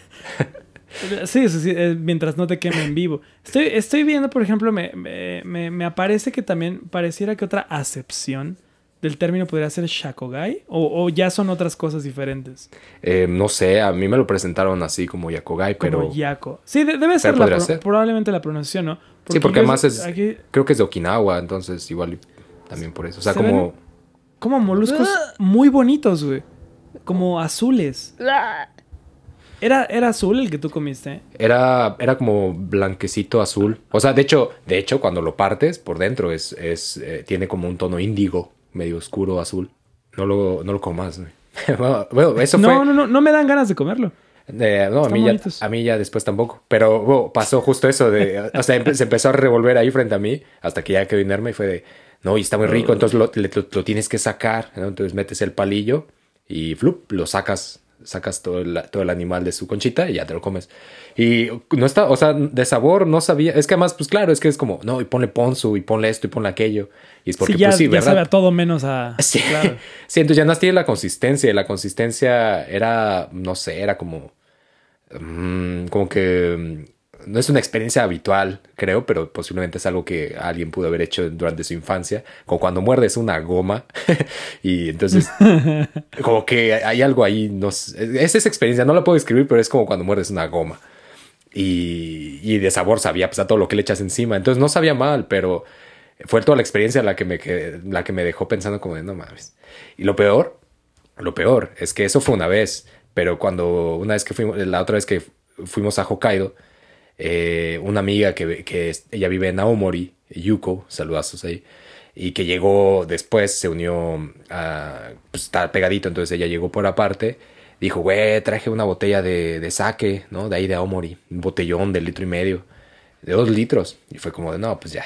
Sí, mientras no te queme en vivo. Estoy viendo, por ejemplo, me aparece que también pareciera que otra acepción del término podría ser Shakogai, o ya son otras cosas diferentes. No sé, a mí me lo presentaron así como Yakogai, pero... Como Yako. Sí, debe ser, probablemente la pronunciación, ¿no? Porque además creo que es de Okinawa, entonces igual también por eso. O sea, como... Como moluscos muy bonitos, güey. Como azules. ¿Era azul el que tú comiste? Era como blanquecito azul. O sea, de hecho, cuando lo partes por dentro tiene como un tono índigo, medio oscuro azul. No lo comas. Bueno, eso fue... No me dan ganas de comerlo. No, a mí ya después tampoco. Pero pasó justo eso de... O sea, se empezó a revolver ahí frente a mí hasta que ya quedó inerme y fue de... No, y está muy rico, entonces lo tienes que sacar, ¿no? Entonces metes el palillo y ¡flup! Lo sacas todo el animal de su conchita y ya te lo comes. Y no está, o sea, de sabor no sabía. Es que además, pues claro, es que es como, no, y ponle ponzu, y ponle esto, y ponle aquello. Y es porque, sí, ya, pues sí, ¿verdad? Ya sabe a todo menos Sí, claro. Sí, entonces ya no tiene la consistencia. La consistencia era, no sé, era como que... No es una experiencia habitual, creo, pero posiblemente es algo que alguien pudo haber hecho durante su infancia. Como cuando muerdes una goma. Y entonces, como que hay algo ahí. No sé, es esa experiencia, no la puedo describir, pero es como cuando muerdes una goma. Y de sabor sabía pues, a todo lo que le echas encima. Entonces no sabía mal, pero fue toda la experiencia la que me dejó pensando como de no mames. Y lo peor es que eso fue una vez. Pero la otra vez que fuimos a Hokkaido, una amiga que ella vive en Aomori, Yuko, saludazos ahí, y que llegó después, se unió pues está pegadito, entonces ella llegó por aparte, dijo, güey, traje una botella de sake, ¿no? De ahí de Aomori, un botellón de 1.5 litros, de 2 litros, y fue como de, no, pues ya,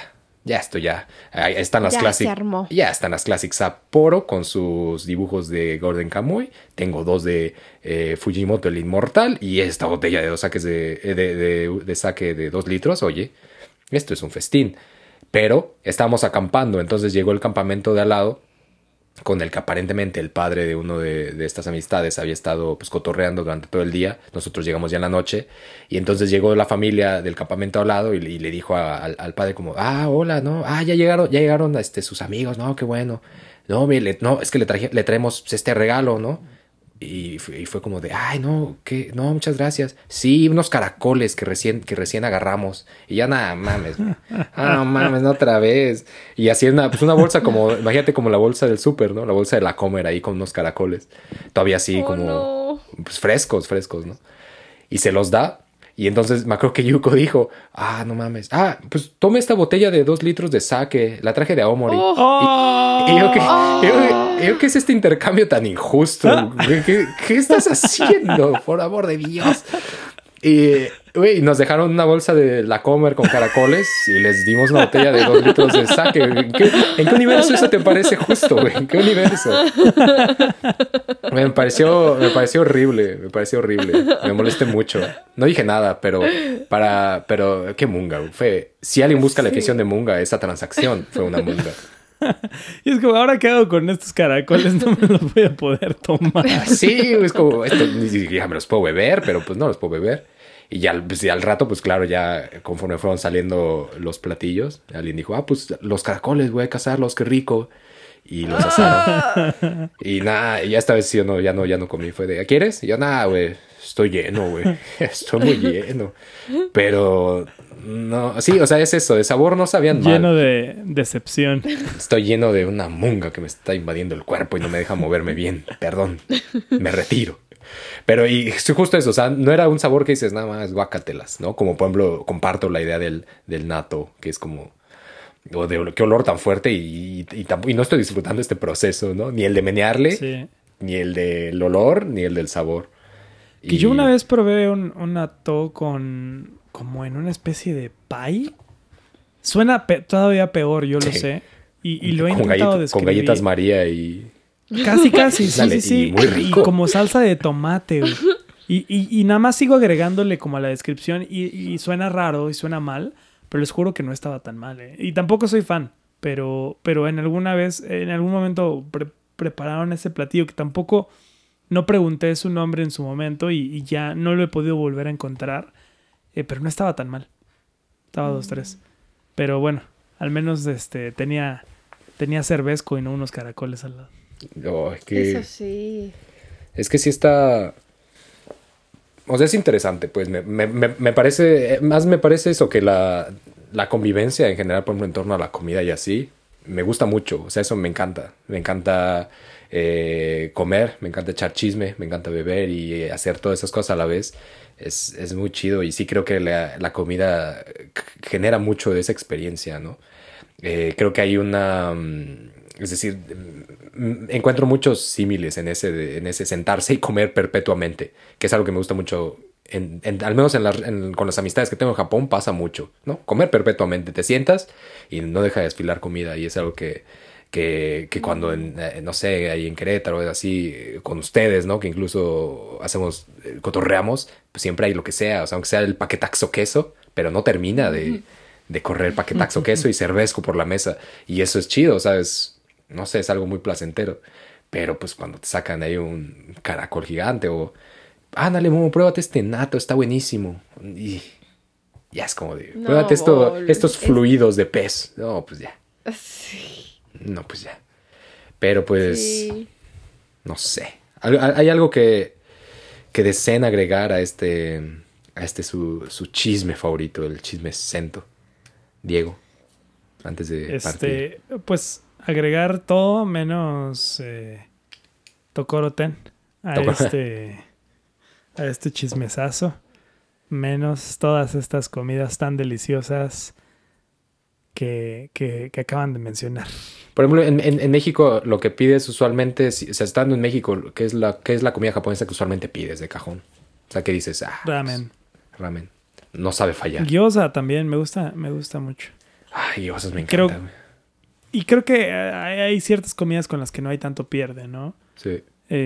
Ahí están las Ya Classic. se armó. Ya están las Classic Sapporo con sus dibujos de Gordon Kamuy. Tengo 2 de Fujimoto el Inmortal. Y esta botella de 2 saques de sake de 2 litros. Oye, esto es un festín. Pero estábamos acampando. Entonces llegó el campamento de al lado, con el que aparentemente el padre de uno de estas amistades había estado pues cotorreando durante todo el día. Nosotros llegamos ya en la noche y entonces llegó la familia del campamento al lado y le dijo al padre como, hola, no, ya llegaron sus amigos, no, qué bueno. No, mire, no, es que le traemos pues, este regalo, ¿no? Y fue como de, no, ¿qué? No, muchas gracias. Sí, unos caracoles que recién agarramos. Y ya nada, mames. No mames, no otra vez. Y así una bolsa como, imagínate como la bolsa del súper, ¿no? La bolsa de la Comer ahí con unos caracoles. Todavía así como, pues frescos, ¿no? Y se los da. Y entonces me acuerdo que Yuko dijo, no mames. Pues tome esta botella de 2 litros de sake. La traje de Aomori. Y yo, ¿qué es este intercambio tan injusto? ¿Qué estás haciendo? Por amor de Dios. Y nos dejaron una bolsa de la Comer con caracoles y les dimos una botella de 2 litros de sake. ¿En qué universo eso te parece justo, güey? ¿En qué universo? Me pareció horrible. Me molesté mucho. No dije nada, pero qué munga, güey. Si alguien busca la definición de munga, esa transacción fue una munga. Y es como, ¿ahora qué hago con estos caracoles? No me los voy a poder tomar. Sí, es como, esto ni siquiera me los puedo beber, pero pues no los puedo beber. Y ya al rato, pues claro, ya conforme fueron saliendo los platillos, alguien dijo, pues los caracoles, voy a cazarlos, qué rico. Y los asaron. Y nada, y ya esta vez sí, ya no comí. Fue de, ¿quieres? Y yo, nada, güey, estoy lleno, güey. Estoy muy lleno. Pero no, sí, o sea, es eso, de sabor no sabían mal. Lleno de decepción. Estoy lleno de una munga que me está invadiendo el cuerpo y no me deja moverme bien. Perdón, me retiro. Pero y justo eso, o sea, no era un sabor que dices nada más guácatelas, ¿no? Como por ejemplo, comparto la idea del natto, que es como, o de qué olor tan fuerte y no estoy disfrutando este proceso, ¿no? Ni el de menearle, sí, ni el del olor, ni el del sabor. Y yo una vez probé un natto como en una especie de pie. Suena todavía peor, yo lo sé. Y lo he intentado describir. Con galletas María y... Casi, sí. Y muy rico. Y como salsa de tomate, güey. Y nada más sigo agregándole como a la descripción y suena raro y suena mal, pero les juro que no estaba tan mal, ¿eh? Y tampoco soy fan, pero en algún momento prepararon ese platillo que tampoco no pregunté su nombre en su momento y ya no lo he podido volver a encontrar, pero no estaba tan mal. Estaba 2-3. Pero bueno, al menos tenía cervezco y no unos caracoles al lado. No, es que... Eso sí. Es que sí está... O sea, es interesante, pues. Me parece... Más me parece eso, que la convivencia en general, por ejemplo, en torno a la comida y así, me gusta mucho. O sea, eso me encanta. Me encanta comer, me encanta echar chisme, me encanta beber y hacer todas esas cosas a la vez. Es muy chido y sí creo que la comida genera mucho de esa experiencia, ¿no? Creo que hay una... Es decir, encuentro muchos símiles en ese sentarse y comer perpetuamente, que es algo que me gusta mucho, al menos con las amistades que tengo en Japón pasa mucho, ¿no? Comer perpetuamente, te sientas y no deja de desfilar comida y es algo que cuando, no sé, ahí en Querétaro es así, con ustedes, ¿no? Que incluso cotorreamos, pues siempre hay lo que sea, o sea, aunque sea el paquetaxo queso, pero no termina de correr paquetaxo queso y cervezco por la mesa y eso es chido, ¿sabes? No sé, es algo muy placentero. Pero pues cuando te sacan ahí un caracol gigante o... Ándale, Momo, pruébate este natto, está buenísimo. Y ya es como de... Pruébate estos fluidos de pez. No, pues ya. Sí. No, pues ya. Pero pues... Sí. No sé. ¿Hay algo que deseen agregar a su chisme favorito, el chisme sento? Diego, antes de partir. Pues... agregar todo menos Tokoro-ten a este chismesazo. Menos todas estas comidas tan deliciosas que acaban de mencionar. Por ejemplo, en México lo que pides usualmente, o sea, estando en México, ¿qué es la comida japonesa que usualmente pides de cajón? O sea, ¿qué dices? Ramen. Pues, ramen. No sabe fallar. Gyoza también, me gusta mucho. Ay, esos me Creo- encantan. Güey. Y creo que hay ciertas comidas con las que no hay tanto pierde, ¿no? Sí.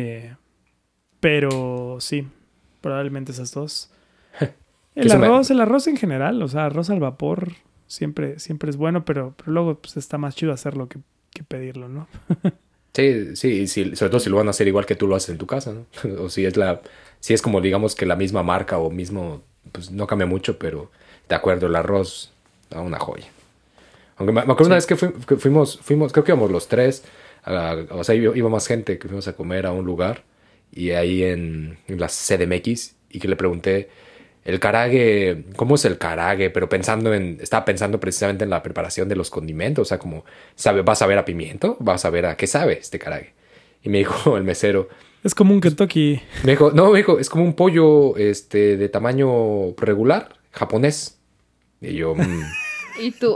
Pero sí, probablemente esas dos. Que se me- El arroz en general, o sea, arroz al vapor siempre es bueno, pero luego pues, está más chido hacerlo que pedirlo, ¿no? Sí, sí, y sobre todo si lo van a hacer igual que tú lo haces en tu casa, ¿no? O si es como digamos que la misma marca o mismo, pues no cambia mucho, pero de acuerdo, el arroz, una joya. Aunque me acuerdo una vez que fuimos, creo que íbamos los tres, o sea, iba más gente, que fuimos a comer a un lugar, y ahí en la CDMX, y que le pregunté, el carague, ¿cómo es el carague? Pero estaba pensando precisamente en la preparación de los condimentos, o sea, como, ¿vas a ver a pimiento? ¿Vas a ver a qué sabe este carague? Y me dijo el mesero, Es como un Kentucky. me dijo, es como un pollo, de tamaño regular, japonés. Y yo, Y tú,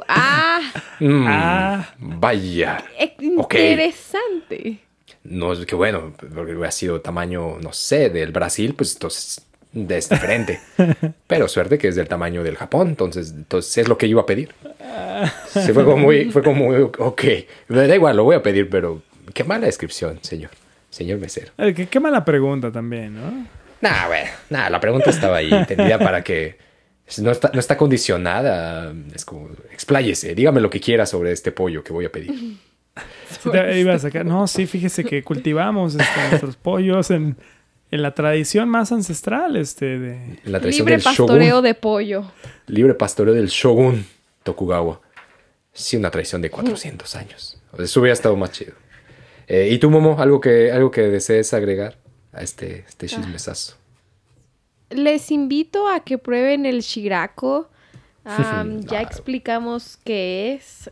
vaya. Ok. interesante. No, es que bueno, porque hubiera sido tamaño, no sé, del Brasil, pues entonces es diferente. Pero suerte que es del tamaño del Japón, entonces es lo que yo iba a pedir. Sí, fue como muy, ok, me da igual, lo voy a pedir, pero qué mala descripción, señor mesero. Qué mala pregunta también, ¿no? La pregunta estaba ahí, tendida para que no está condicionada. Es como, expláyese, dígame lo que quiera sobre este pollo que voy a pedir. Sí, iba a sacar. No, sí, fíjese que cultivamos nuestros pollos en la tradición más ancestral, En la tradición Libre del pastoreo shogun, de pollo. libre pastoreo del shogun Tokugawa. Sí, una tradición de 400 años. O sea, eso hubiera estado más chido. ¿Y tú, Momo, algo que desees agregar a este chismesazo? Les invito a que prueben el shirako. Ya Claro. explicamos qué es.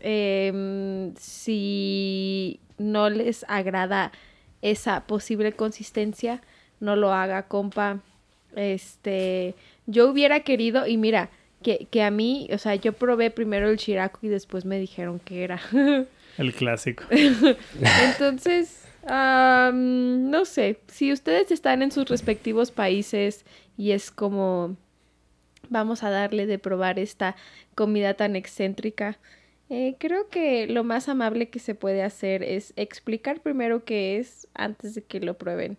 Si no les agrada esa posible consistencia, no lo haga, compa. Yo hubiera querido, y mira, que a mí, o sea, yo probé primero el shirako y después me dijeron que era. El clásico. Entonces, no sé, si ustedes están en sus respectivos países y es como, vamos a darle de probar esta comida tan excéntrica, creo que lo más amable que se puede hacer es explicar primero qué es antes de que lo prueben.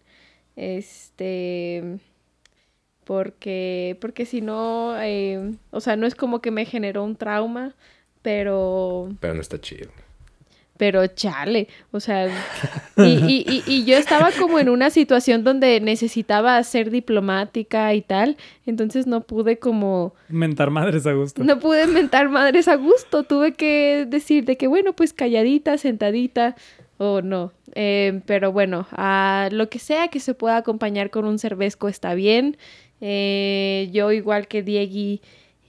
Porque si no, o sea, no es como que me generó un trauma, pero Pero no está chido. chale, o sea, y yo estaba como en una situación donde necesitaba ser diplomática y tal, entonces no pude como, Mentar madres a gusto. no pude mentar madres a gusto, tuve que decir de que bueno, pues calladita, sentadita, o no, pero bueno, a lo que sea que se pueda acompañar con un cervezco está bien. Yo igual que Diegui,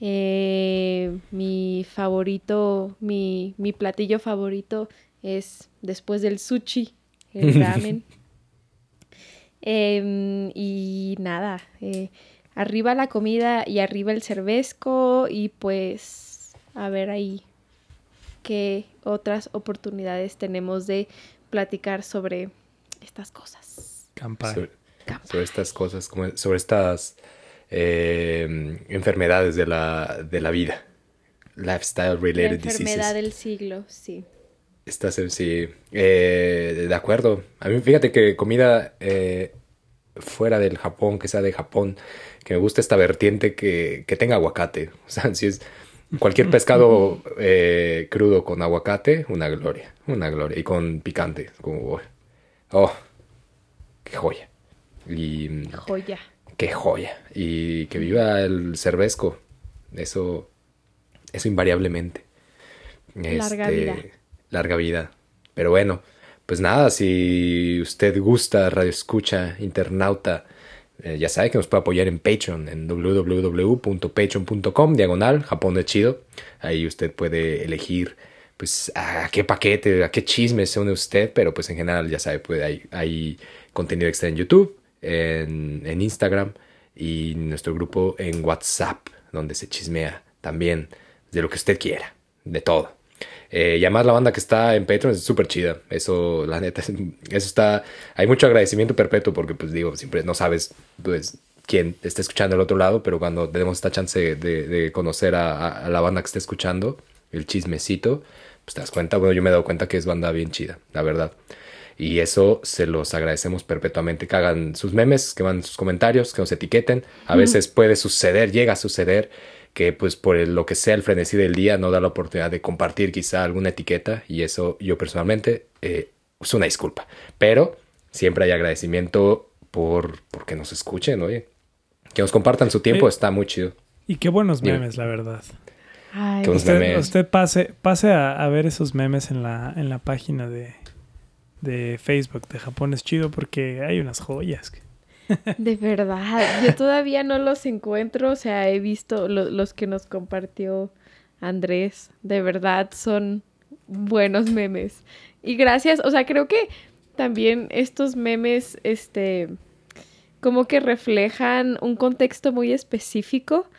mi favorito, mi platillo favorito es después del sushi, el ramen. Y nada, arriba la comida y arriba el cervezco y pues a ver ahí qué otras oportunidades tenemos de platicar sobre estas cosas. Campal. Sobre estas cosas, sobre estas enfermedades de la vida. Lifestyle La related enfermedad diseases. del siglo, sí. Sí. De acuerdo. A mí, fíjate que comida fuera del Japón, que sea de Japón, que me gusta esta vertiente que tenga aguacate. O sea, si es cualquier pescado crudo con aguacate, una gloria. Una gloria. Y con picante. Como, oh, qué joya. Y Joya. qué joya. Y que viva el cervezco. Eso invariablemente. Larga vida. Larga vida. Pero bueno, pues nada, si usted gusta, radio escucha, internauta, ya sabe que nos puede apoyar en Patreon, en www.patreon.com/Japón de Chido. Ahí usted puede elegir pues a qué paquete, a qué chisme se une usted, pero pues en general ya sabe, hay contenido extra en YouTube, en Instagram y nuestro grupo en WhatsApp, donde se chismea también de lo que usted quiera, de todo. Y además la banda que está en Patreon es súper chida. Eso, la neta, eso está... Hay mucho agradecimiento perpetuo porque, pues digo, siempre no sabes pues, quién está escuchando al otro lado, pero cuando tenemos esta chance de conocer a la banda que está escuchando, el chismecito, pues te das cuenta, bueno, yo me he dado cuenta que es banda bien chida, la verdad. Y eso se los agradecemos perpetuamente, que hagan sus memes, que manden sus comentarios, que nos etiqueten. A veces puede suceder, llega a suceder que pues por lo que sea el frenesí del día no da la oportunidad de compartir quizá alguna etiqueta y eso yo personalmente es una disculpa. Pero siempre hay agradecimiento por que nos escuchen, oye. Que nos compartan su tiempo, está muy chido. Y qué buenos memes, la verdad. Ay, Qué buenos memes. Usted pase a ver esos memes en la página de Facebook de Japón es chido porque hay unas joyas. de verdad, yo todavía no los encuentro, o sea, he visto los que nos compartió Andrés, de verdad son buenos memes. Y gracias, o sea, creo que también estos memes, como que reflejan un contexto muy específico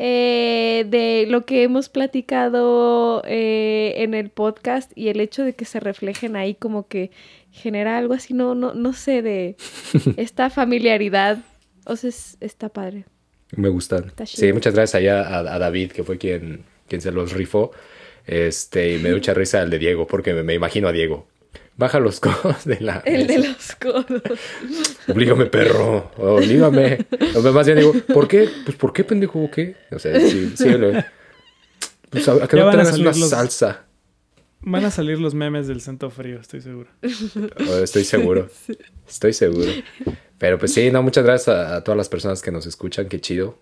de lo que hemos platicado en el podcast y el hecho de que se reflejen ahí como que genera algo así, no sé, de esta familiaridad. O sea, está padre. Me gustan. Está chido. Sí, muchas gracias allá a David, que fue quien se los rifó. Y me dio mucha risa el de Diego, porque me imagino a Diego. Baja los codos de la El mesa. de los codos. Oblígame, perro. Oblígame. O más bien digo, ¿por qué? Pues, ¿por qué, pendejo? ¿O qué? O sea, sí, pues, ¿a qué Ya no van a traes una salir salsa? Van a salir los memes del Santo Frío, estoy seguro. Estoy seguro. Estoy seguro. Pero pues sí, no, muchas gracias a todas las personas que nos escuchan. Qué chido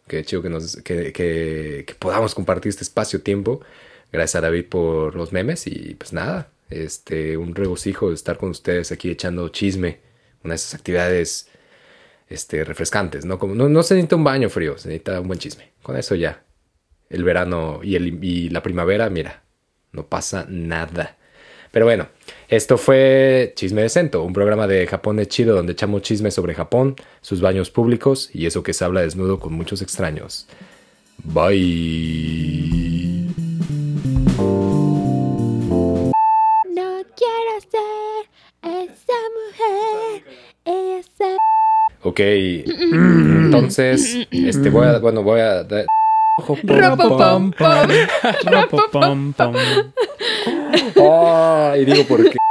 que podamos compartir este espacio-tiempo. Gracias a David por los memes y pues nada, un regocijo de estar con ustedes aquí echando chisme. Una de esas actividades refrescantes, ¿no? Como, no se necesita un baño frío, se necesita un buen chisme. Con eso ya. El verano y la primavera, mira, no pasa nada. Pero bueno, esto fue Chisme de Sento, un programa de Japón es chido donde echamos chisme sobre Japón, sus baños públicos y eso que se habla desnudo con muchos extraños. Bye. No quiero ser esa mujer, esa... Ok, entonces, voy a Ropopom, pom. Ropopom, pom. y digo por qué.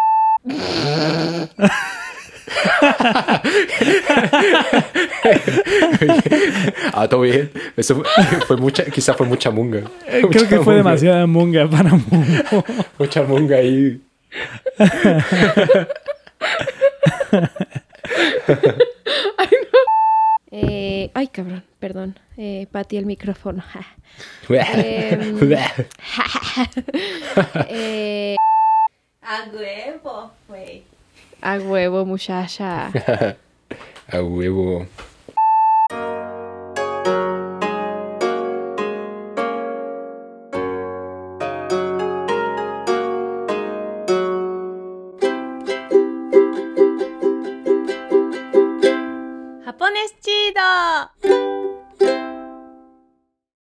Todo bien. Eso quizá fue mucha munga. Creo que fue demasiada munga para Mungo. Mucha munga ahí. Ay, cabrón, perdón. Pateé el micrófono. A huevo, güey. A huevo, muchacha. A huevo.